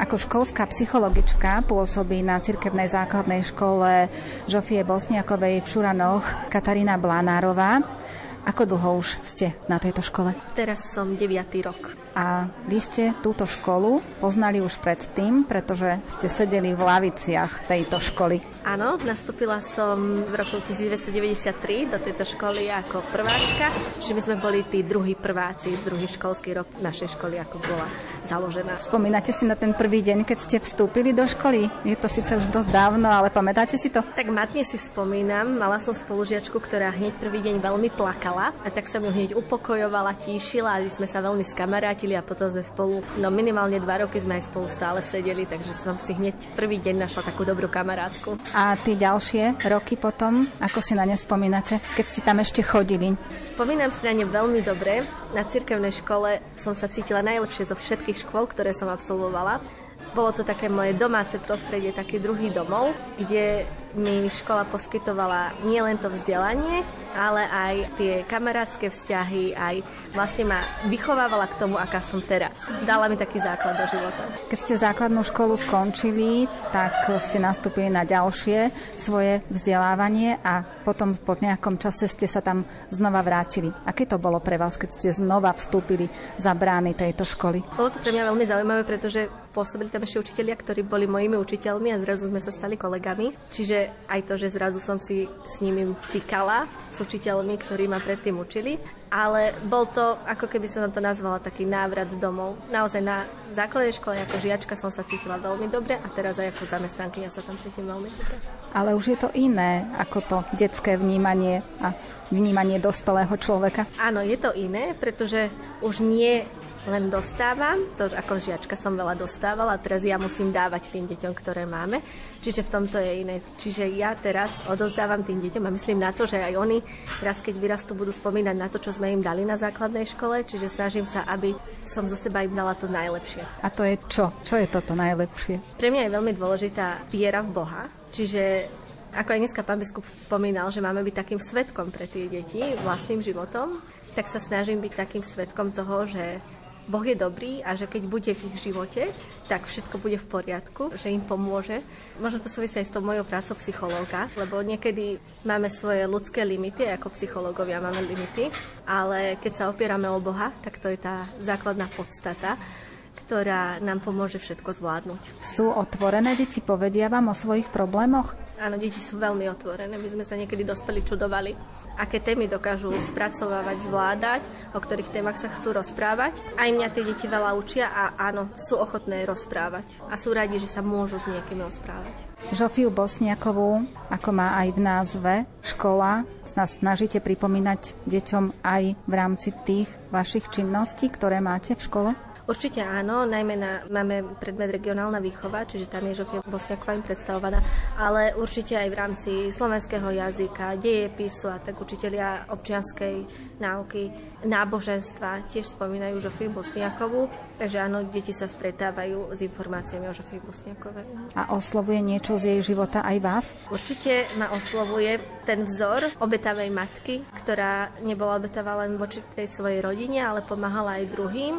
Ako školská psychologička pôsobí na cirkevnej základnej škole Žofie Bosniakovej v Šuranoch Katarína Blanárová. Ako dlho už ste na tejto škole? Teraz som deviatý rok. A vy ste túto školu poznali už predtým, pretože ste sedeli v laviciach tejto školy. Áno, nastúpila som v roku devätnásťstodeväťdesiattri do tejto školy ako prváčka, čiže my sme boli tí druhí prváci, druhý školský rok našej školy, ako bola založená. Spomínate si na ten prvý deň, keď ste vstúpili do školy? Je to síce už dosť dávno, ale pamätáte si to? Tak matne si spomínam, mala som spolužiačku, ktorá hneď prvý deň veľmi plakala, a tak som ju hneď upokojovala, tíšila, a sme sa veľmi skamarátili a potom sme spolu, no minimálne dva roky sme aj spolu stále sedeli, takže som si hneď prvý deň našla takú dobrú kamarátku. A tie ďalšie roky potom, ako si na ne spomínate, keď ste tam ešte chodili? Spomínam si na ne veľmi dobre. Na cirkevnej škole som sa cítila najlepšie zo všetkých škôl, ktoré som absolvovala. Bolo to také moje domáce prostredie, taký druhý domov, kde mi škola poskytovala nielen to vzdelanie, ale aj tie kamarátske vzťahy, aj vlastne ma vychovávala k tomu, aká som teraz. Dala mi taký základ do života. Keď ste základnú školu skončili, tak ste nastúpili na ďalšie svoje vzdelávanie a potom po nejakom čase ste sa tam znova vrátili. Aké to bolo pre vás, keď ste znova vstúpili za brány tejto školy? Bolo to pre mňa veľmi zaujímavé, pretože pôsobili tam ešte učitelia, ktorí boli mojimi učiteľmi a zrazu sme sa stali kolegami. Čiže aj to, že zrazu som si s nimi týkala, s učiteľmi, ktorí ma predtým učili. Ale bol to, ako keby som to nazvala, taký návrat domov. Naozaj na základnej škole ako žiačka som sa cítila veľmi dobre a teraz aj ako zamestnankyňa sa tam cítim veľmi dobre. Ale už je to iné ako to detské vnímanie a vnímanie dospelého človeka. Áno, je to iné, pretože už nie len dostávam, to ako žiačka som veľa dostávala a teraz ja musím dávať tým deťom, ktoré máme, čiže v tomto je iné. Čiže ja teraz odozdávam tým deťom a myslím na to, že aj oni raz keď vyrastú budú spomínať na to, čo sme im dali na základnej škole, čiže snažím sa, aby som zo seba im dala to najlepšie. A to je čo? Čo je toto najlepšie? Pre mňa je veľmi dôležitá viera v Boha, čiže ako aj dneska pán biskup spomínal, že máme byť takým svedkom pre tie deti vlastným životom, tak sa snažím byť takým svedkom toho, že Boh je dobrý a že keď bude v ich živote, tak všetko bude v poriadku, že im pomôže. Možno to súvisí aj s tou mojou prácou psychológa, lebo niekedy máme svoje ľudské limity, ako psychológovia máme limity, ale keď sa opierame o Boha, tak to je tá základná podstata, ktorá nám pomôže všetko zvládnuť. Sú otvorené deti, povedia vám o svojich problémoch? Áno, deti sú veľmi otvorené. My sme sa niekedy dospeli čudovali, aké témy dokážu spracovávať, zvládať, o ktorých témach sa chcú rozprávať. Aj mňa tie deti veľa učia a áno, sú ochotné rozprávať. A sú radi, že sa môžu s niekým rozprávať. Žofiu Bosniakovú, ako má aj v názve škola, sa snažíte pripomínať deťom aj v rámci tých vašich činností, ktoré máte v škole? Určite áno, najmä na, máme predmet regionálna výchova, čiže tam je Žofia Bosniaková im predstavovaná, ale určite aj v rámci slovenského jazyka, dejepisu a tak učitelia občianskej náuky, náboženstva tiež spomínajú Žofiu Bosniakovú, takže áno, deti sa stretávajú s informáciami o Žofii Bosniakovej. A oslovuje niečo z jej života aj vás? Určite ma oslovuje ten vzor obetavej matky, ktorá nebola obetavá len voči tej svojej rodine, ale pomáhala aj druhým.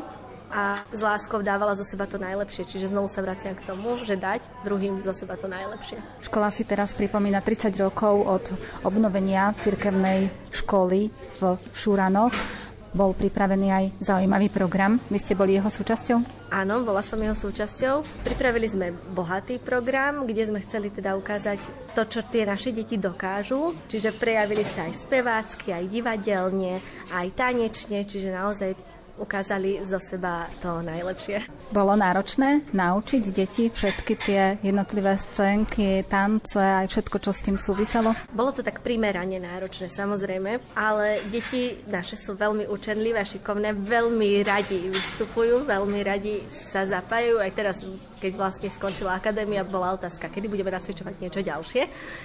A s láskou dávala zo seba to najlepšie. Čiže znovu sa vraciam k tomu, že dať druhým zo seba to najlepšie. Škola si teraz pripomína tridsať rokov od obnovenia cirkevnej školy v Šuranoch. Bol pripravený aj zaujímavý program. Vy ste boli jeho súčasťou? Áno, bola som jeho súčasťou. Pripravili sme bohatý program, kde sme chceli teda ukázať to, čo tie naše deti dokážu. Čiže prejavili sa aj spevácky, aj divadelne, aj tanečne, čiže naozaj ukázali zo seba to najlepšie. Bolo náročné naučiť deti všetky tie jednotlivé scénky, tance, aj všetko, čo s tým súviselo? Bolo to tak primerane náročné, samozrejme, ale deti naše sú veľmi učenlivé a šikovné, veľmi radi vystupujú, veľmi radi sa zapájajú. Aj teraz, keď vlastne skončila akadémia, bola otázka, kedy budeme nacvičovať niečo ďalšie.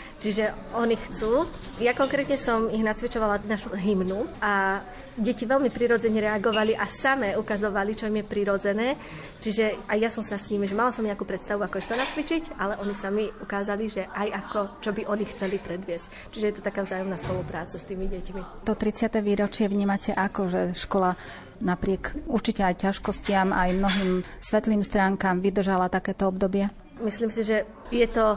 Čiže oni chcú. Ja konkrétne som ich nacvičovala našu hymnu a deti veľmi prirodzene reagovali a samé ukazovali, čo im je prirodzené. Čiže aj ja som sa s nimi, že mala som nejakú predstavu, ako to nacvičiť, ale oni sami ukázali, že aj ako, čo by oni chceli predviesť. Čiže je to taká vzájomná spolupráca s tými deťmi. To tridsiate výročie vnímate ako, že škola napriek určite aj ťažkostiam, aj mnohým svetlým stránkam vydržala takéto obdobie? Myslím si, že je to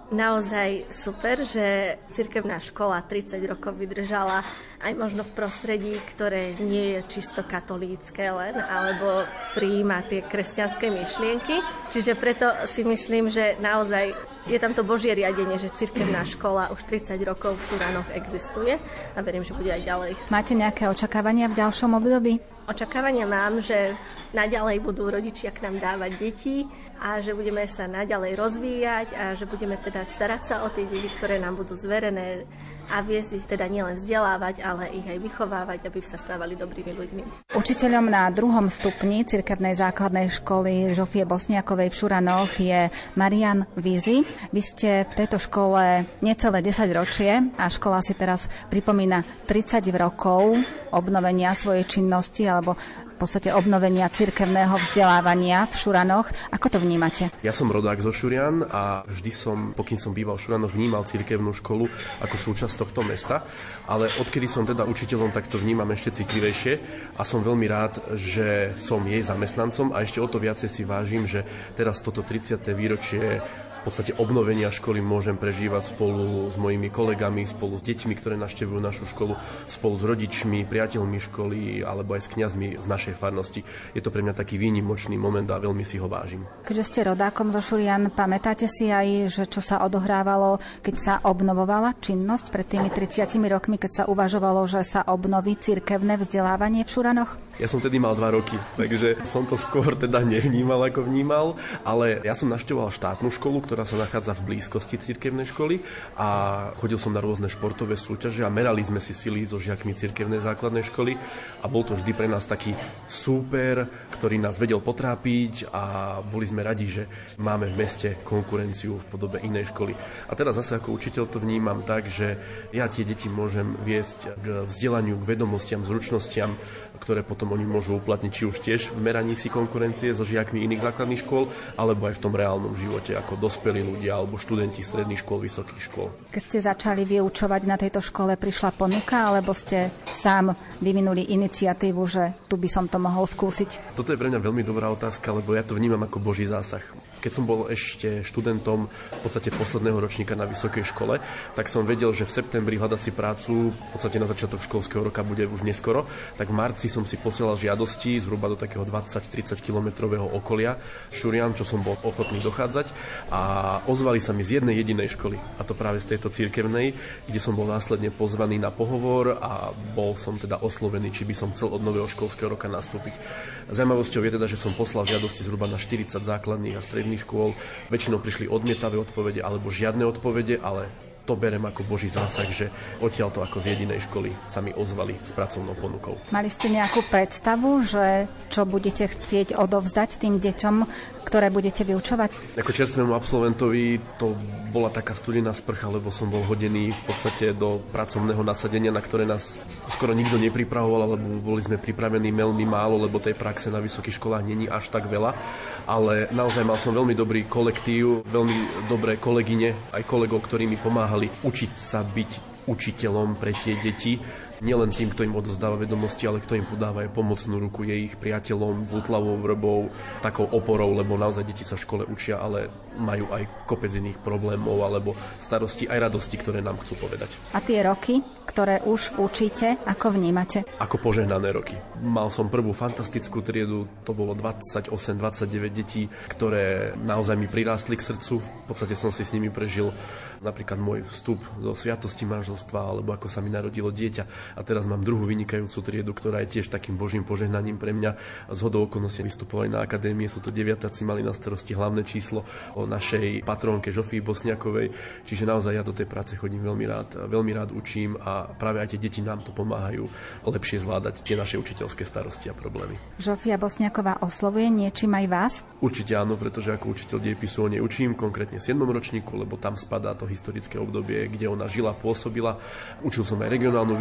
naozaj super, že cirkevná škola tridsať rokov vydržala aj možno v prostredí, ktoré nie je čisto katolícke len, alebo prijíma tie kresťanské myšlienky. Čiže preto si myslím, že naozaj je tam to Božie riadenie, že cirkevná škola už tridsať rokov v Šuranoch existuje a verím, že bude aj ďalej. Máte nejaké očakávania v ďalšom období? Očakávania mám, že naďalej budú rodičia k nám dávať deti a že budeme sa naďalej rozvíjať a že budeme teda starať sa o tie deti, ktoré nám budú zverené a viesť ich teda nielen vzdelávať, ale ich aj vychovávať, aby sa stávali dobrými ľuďmi. Učiteľom na druhom stupni cirkevnej základnej školy Žofie Bosniakovej v Šuranoch je Marian Vizi. Vy ste v tejto škole necelé desaťročie a škola si teraz pripomína tridsať rokov obnovenia svojej činnosti alebo v podstate obnovenia cirkevného vzdelávania v Šuranoch. Ako to vnímate? Ja som rodák zo Šurian a vždy som, pokým som býval v Šuranoch, vnímal cirkevnú školu ako súčasť tohto mesta, ale odkedy som teda učiteľom, tak to vnímam ešte citlivejšie a som veľmi rád, že som jej zamestnancom a ešte o to viacej si vážim, že teraz toto tridsiate výročie v podstate obnovenia školy môžem prežívať spolu s mojimi kolegami, spolu s deťmi, ktoré navštevujú našu školu, spolu s rodičmi, priateľmi školy alebo aj s kňazmi z našej farnosti. Je to pre mňa taký výnimočný moment a veľmi si ho vážim. Keďže ste rodákom zo Šurian, pamätáte si aj, že čo sa odohrávalo, keď sa obnovovala činnosť pred tými tridsiatimi rokmi, keď sa uvažovalo, že sa obnoví cirkevné vzdelávanie v Šuranoch? Ja som tedy mal dva roky, takže som to skôr teda nevnímal, ako vnímal, ale ja som navštevoval štátnu školu, ktorá sa nachádza v blízkosti cirkevnej školy a chodil som na rôzne športové súťaže a merali sme si sily so žiakmi cirkevnej základnej školy a bol to vždy pre nás taký súper, ktorý nás vedel potrápiť a boli sme radi, že máme v meste konkurenciu v podobe inej školy. A teraz zase ako učiteľ to vnímam tak, že ja tie deti môžem viesť k vzdelaniu, k vedomostiam, zručnostiam, ktoré potom oni môžu uplatniť či už tiež v meraní si konkurencie so žiakmi iných základných škôl, alebo aj v tom reálnom živote ako dospelí ľudia alebo študenti stredných škôl, vysokých škôl. Keď ste začali vyučovať na tejto škole, prišla ponuka, alebo ste sám vyvinuli iniciatívu, že tu by som to mohol skúsiť? Toto je pre mňa veľmi dobrá otázka, lebo ja to vnímam ako Boží zásah. Keď som bol ešte študentom v podstate posledného ročníka na vysokej škole, tak som vedel, že v septembri hľadať si prácu, v podstate na začiatok školského roka bude už neskoro, tak v marci som si posielal žiadosti zhruba do takého dvadsať tridsať kilometrového okolia Šurian, čo som bol ochotný dochádzať a ozvali sa mi z jednej jedinej školy, a to práve z tejto cirkevnej, kde som bol následne pozvaný na pohovor a bol som teda oslovený, či by som chcel od nového školského roka nastúpiť. Zaujímavosťou je teda, že som poslal žiadosti zhruba na štyridsať základných a stredných škôl. Väčšinou prišli odmietavé odpovede alebo žiadne odpovede, ale to berem ako Boží zásah, že odtiaľto ako z jedinej školy sa mi ozvali s pracovnou ponukou. Mali ste nejakú predstavu, že čo budete chcieť odovzdať tým deťom, ktoré budete vyučovať? Ako čerstvému absolventovi to bola taká studená sprcha, lebo som bol hodený v podstate do pracovného nasadenia, na ktoré nás skoro nikto nepripravoval, lebo boli sme pripravení veľmi málo, lebo tej praxe na vysokých školách není až tak veľa. Ale naozaj mal som veľmi dobrý kolektív, veľmi dobré kolegyne, aj kolegov, ktorí mi pomáhali učiť sa byť učiteľom pre tie deti. Nielen tým, kto im odozdáva vedomosti, ale kto im podáva aj pomocnú ruku, je ich priateľom, bútlavou vrbou, takou oporou, lebo naozaj deti sa v škole učia, ale majú aj kopec iných problémov alebo starosti, aj radosti, ktoré nám chcú povedať. A tie roky, ktoré už učíte, ako vnímate? Ako požehnané roky. Mal som prvú fantastickú triedu, to bolo dvadsaťosem dvadsaťdeväť detí, ktoré naozaj mi prirástli k srdcu. V podstate som si s nimi prežil napríklad môj vstup do sviatosti manželstva, alebo ako sa mi narodilo dieťa. A teraz mám druhú vynikajúcu triedu, ktorá je tiež takým Božím požehnaním pre mňa. Zhodou okolností vystupovali na akadémie, sú to deviatáci, mali na starosti hlavné číslo o našej patrónke Žofii Bosniakovej. Čiže naozaj ja do tej práce chodím veľmi rád, veľmi rád učím a práve aj tie deti nám to pomáhajú lepšie zvládať tie naše učiteľské starosti a problémy. Žofia Bosniaková oslovuje niečím aj vás? Určite áno, pretože ako učiteľ dejepisu o nej učím, konkrétne v siedmom ročníku, lebo tam spadá to historické obdobie, kde ona žila, pôsobila. Učil som aj regionálnu výchovu,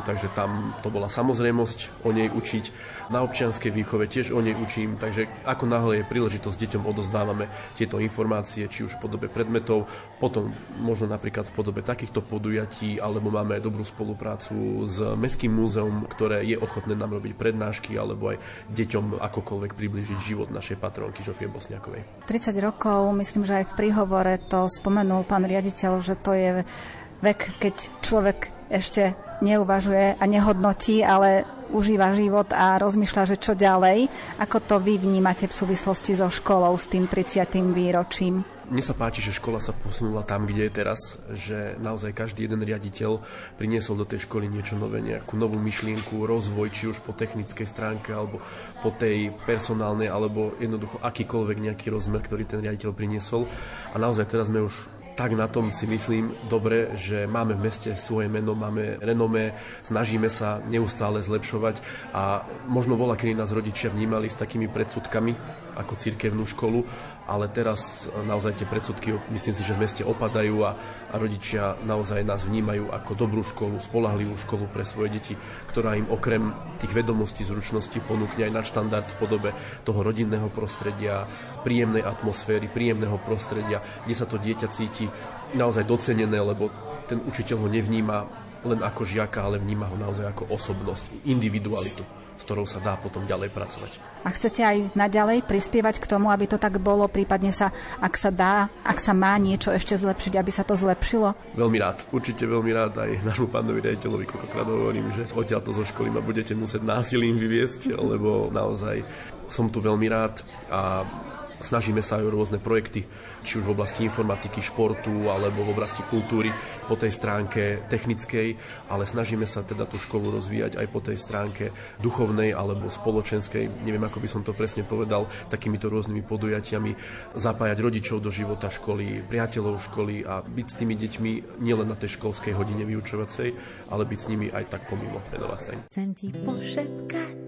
takže tam to bola samozrejmosť o nej učiť. Na občianskej výchove tiež o nej učím, takže ako náhle je príležitosť, deťom odozdávame tieto informácie, či už v podobe predmetov, potom možno napríklad v podobe takýchto podujatí, alebo máme aj dobrú spoluprácu s Mestským múzeum, ktoré je ochotné nám robiť prednášky, alebo aj deťom akokoľvek priblížiť život našej patrónky Žofie Bosniakovej. tridsať rokov, myslím, že aj v príhovore to spomenul pán riaditeľ, že to je vek, keď človek ešte neuvažuje a nehodnotí, ale užíva život a rozmýšľa, že čo ďalej. Ako to vy vnímate v súvislosti so školou s tým tridsiatym výročím? Mne sa páči, že škola sa posunula tam, kde je teraz, že naozaj každý jeden riaditeľ priniesol do tej školy niečo nové, nejakú novú myšlienku, rozvoj, či už po technickej stránke, alebo po tej personálnej, alebo jednoducho akýkoľvek nejaký rozmer, ktorý ten riaditeľ priniesol. A naozaj teraz sme už tak na tom, si myslím, dobre, že máme v meste svoje meno, máme renomé, snažíme sa neustále zlepšovať a možno voľa, kedy nás rodičia vnímali s takými predsudkami ako cirkevnú školu, ale teraz naozaj tie predsudky, myslím si, že v meste opadajú a, a rodičia naozaj nás vnímajú ako dobrú školu, spoľahlivú školu pre svoje deti, ktorá im okrem tých vedomostí, zručností ponúkne aj nadštandard v podobe toho rodinného prostredia, príjemnej atmosféry, príjemného prostredia, kde sa to dieťa cíti naozaj docenené, lebo ten učiteľ ho nevníma len ako žiaka, ale vníma ho naozaj ako osobnosť, individualitu, s ktorou sa dá potom ďalej pracovať. A chcete aj naďalej prispievať k tomu, aby to tak bolo, prípadne sa, ak sa dá, ak sa má niečo ešte zlepšiť, aby sa to zlepšilo? Veľmi rád, určite veľmi rád aj nášmu pánovi riaditeľovi, koľkokrát hovorím, že odtiaľto zo školy ma budete musieť násilím vyviesť, lebo naozaj som tu veľmi rád a snažíme sa aj o rôzne projekty, či už v oblasti informatiky, športu alebo v oblasti kultúry, po tej stránke technickej, ale snažíme sa teda tú školu rozvíjať aj po tej stránke duchovnej alebo spoločenskej, neviem ako by som to presne povedal, takýmito rôznymi podujatiami, zapájať rodičov do života školy, priateľov školy a byť s tými deťmi nielen na tej školskej hodine vyučovacej, ale byť s nimi aj tak pomimo, venovať sa im. Chcem ti pošepkať,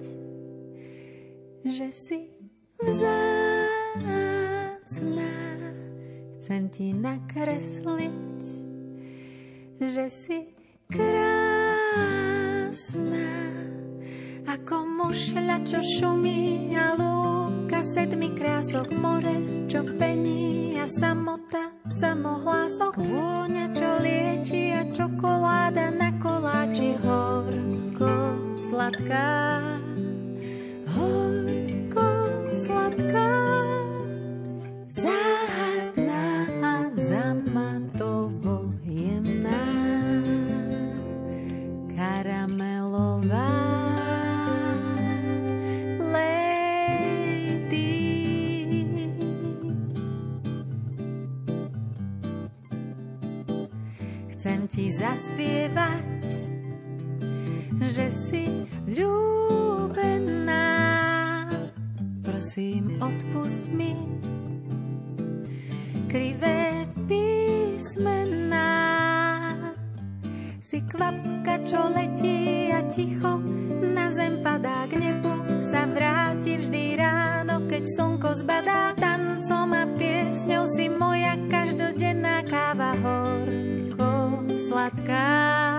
že si vzácna. Chcem ti nakresliť, že si krásna, ako mušľa, čo šumí a lúka sedmi krások, more, čo pení a samota, samohlások, vôňa, čo lieči a čokoláda na koláči, horko, sladká, horko, sladká, záhadná a zamatovo jemná, karamelová lady. Chcem ti zaspievať, že si ľúbená, prosím, odpusť mi krivé písmená. Si kvapka, čo letí a ticho na zem padá, k nebu sa vráti vždy ráno, keď slnko zbadá. Tancom a piesňou si moja každodenná káva, horko, sladká,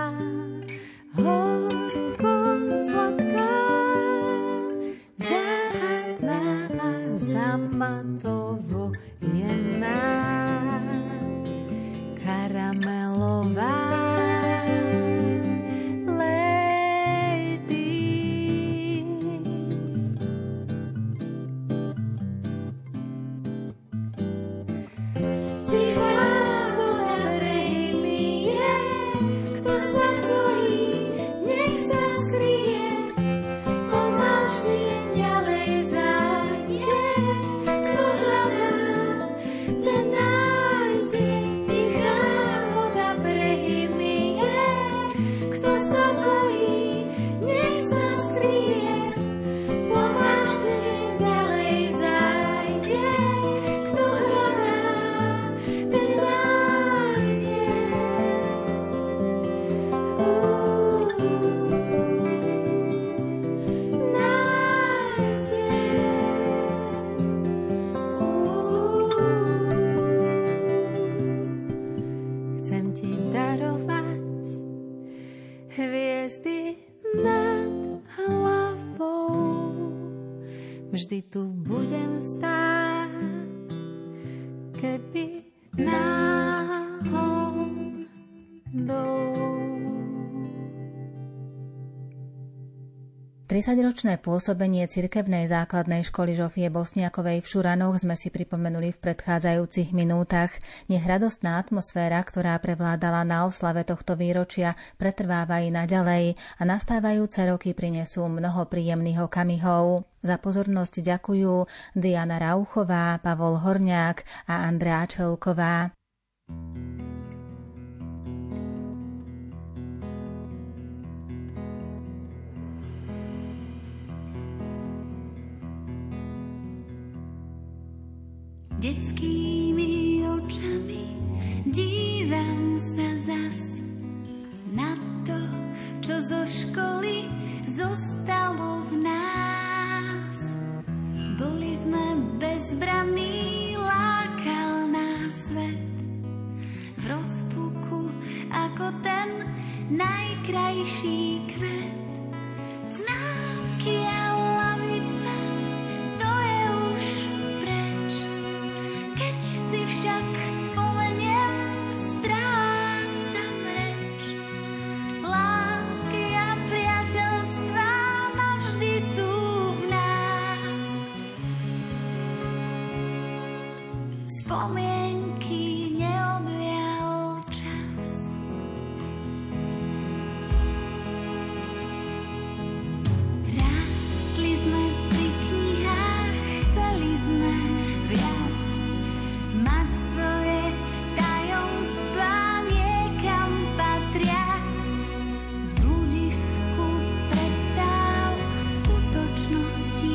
horko, sladká, záhadná a zamatovo jemná, karamelová lady. Tichá voda brehy mi je, kto sa bojí, nech sa skryje, pomalšie ďalej zájde, kto hľadá, ten nájde. Tichá voda vždy tu budem stáť, keby náhodou. trisaťročné pôsobenie cirkevnej základnej školy Žofie Bosniakovej v Šuranoch sme si pripomenuli v predchádzajúcich minútach. Nech radostná atmosféra, ktorá prevládala na oslave tohto výročia, pretrváva i naďalej a nastávajúce roky prinesú mnoho príjemných okamihov. Za pozornosť ďakujú Diana Rauchová, Pavol Horňák a Andrea Čelková. Detskými očami dívam sa zas na to, čo zo školy zostalo v nás. Boli sme bezbranní, lákal nás svet v rozpuku ako ten najkrajší kvet. Známky a lavice, to je už preč. Keď si však spomeniem, strácam reč. Lásky a priateľstvá navždy sú v nás. Spomienky neodvial čas. Rástli sme pri knihách, chceli sme viac. Mať svoje tajomstvá niekam patriac. Z bludisku predstáv skutočností.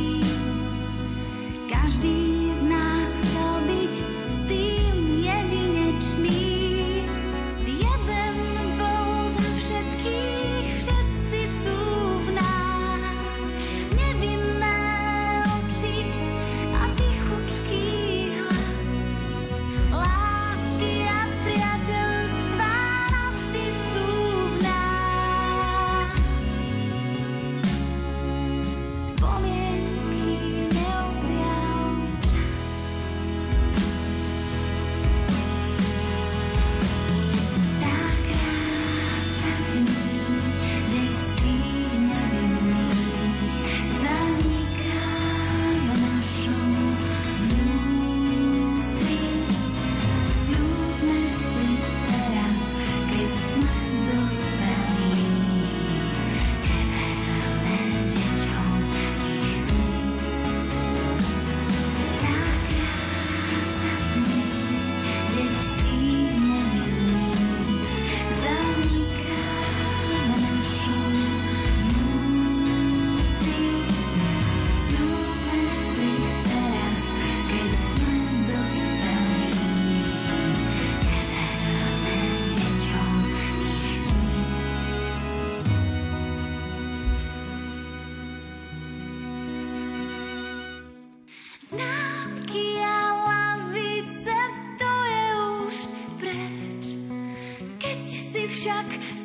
Každý z nás chcel byť tým jedinečným. Jeden bol za všetkých, všetci sú v nás. Nevinné oči a tichučký hlas. Lásky a priateľstvá navždy sú v nás. Spomienky neodvial čas. Tá krása v dni detských nevinných zaniká v našom vnútri. Sľúbme si teraz, keď sme dospelí, neverme deťom ich sny. Tá krása v dni detských nevinných zaniká v našom vnútri. Sľúbme si teraz, keď sme dospelí, neverme deťom ich sny. Známky a lavice, to je už preč. Keď si však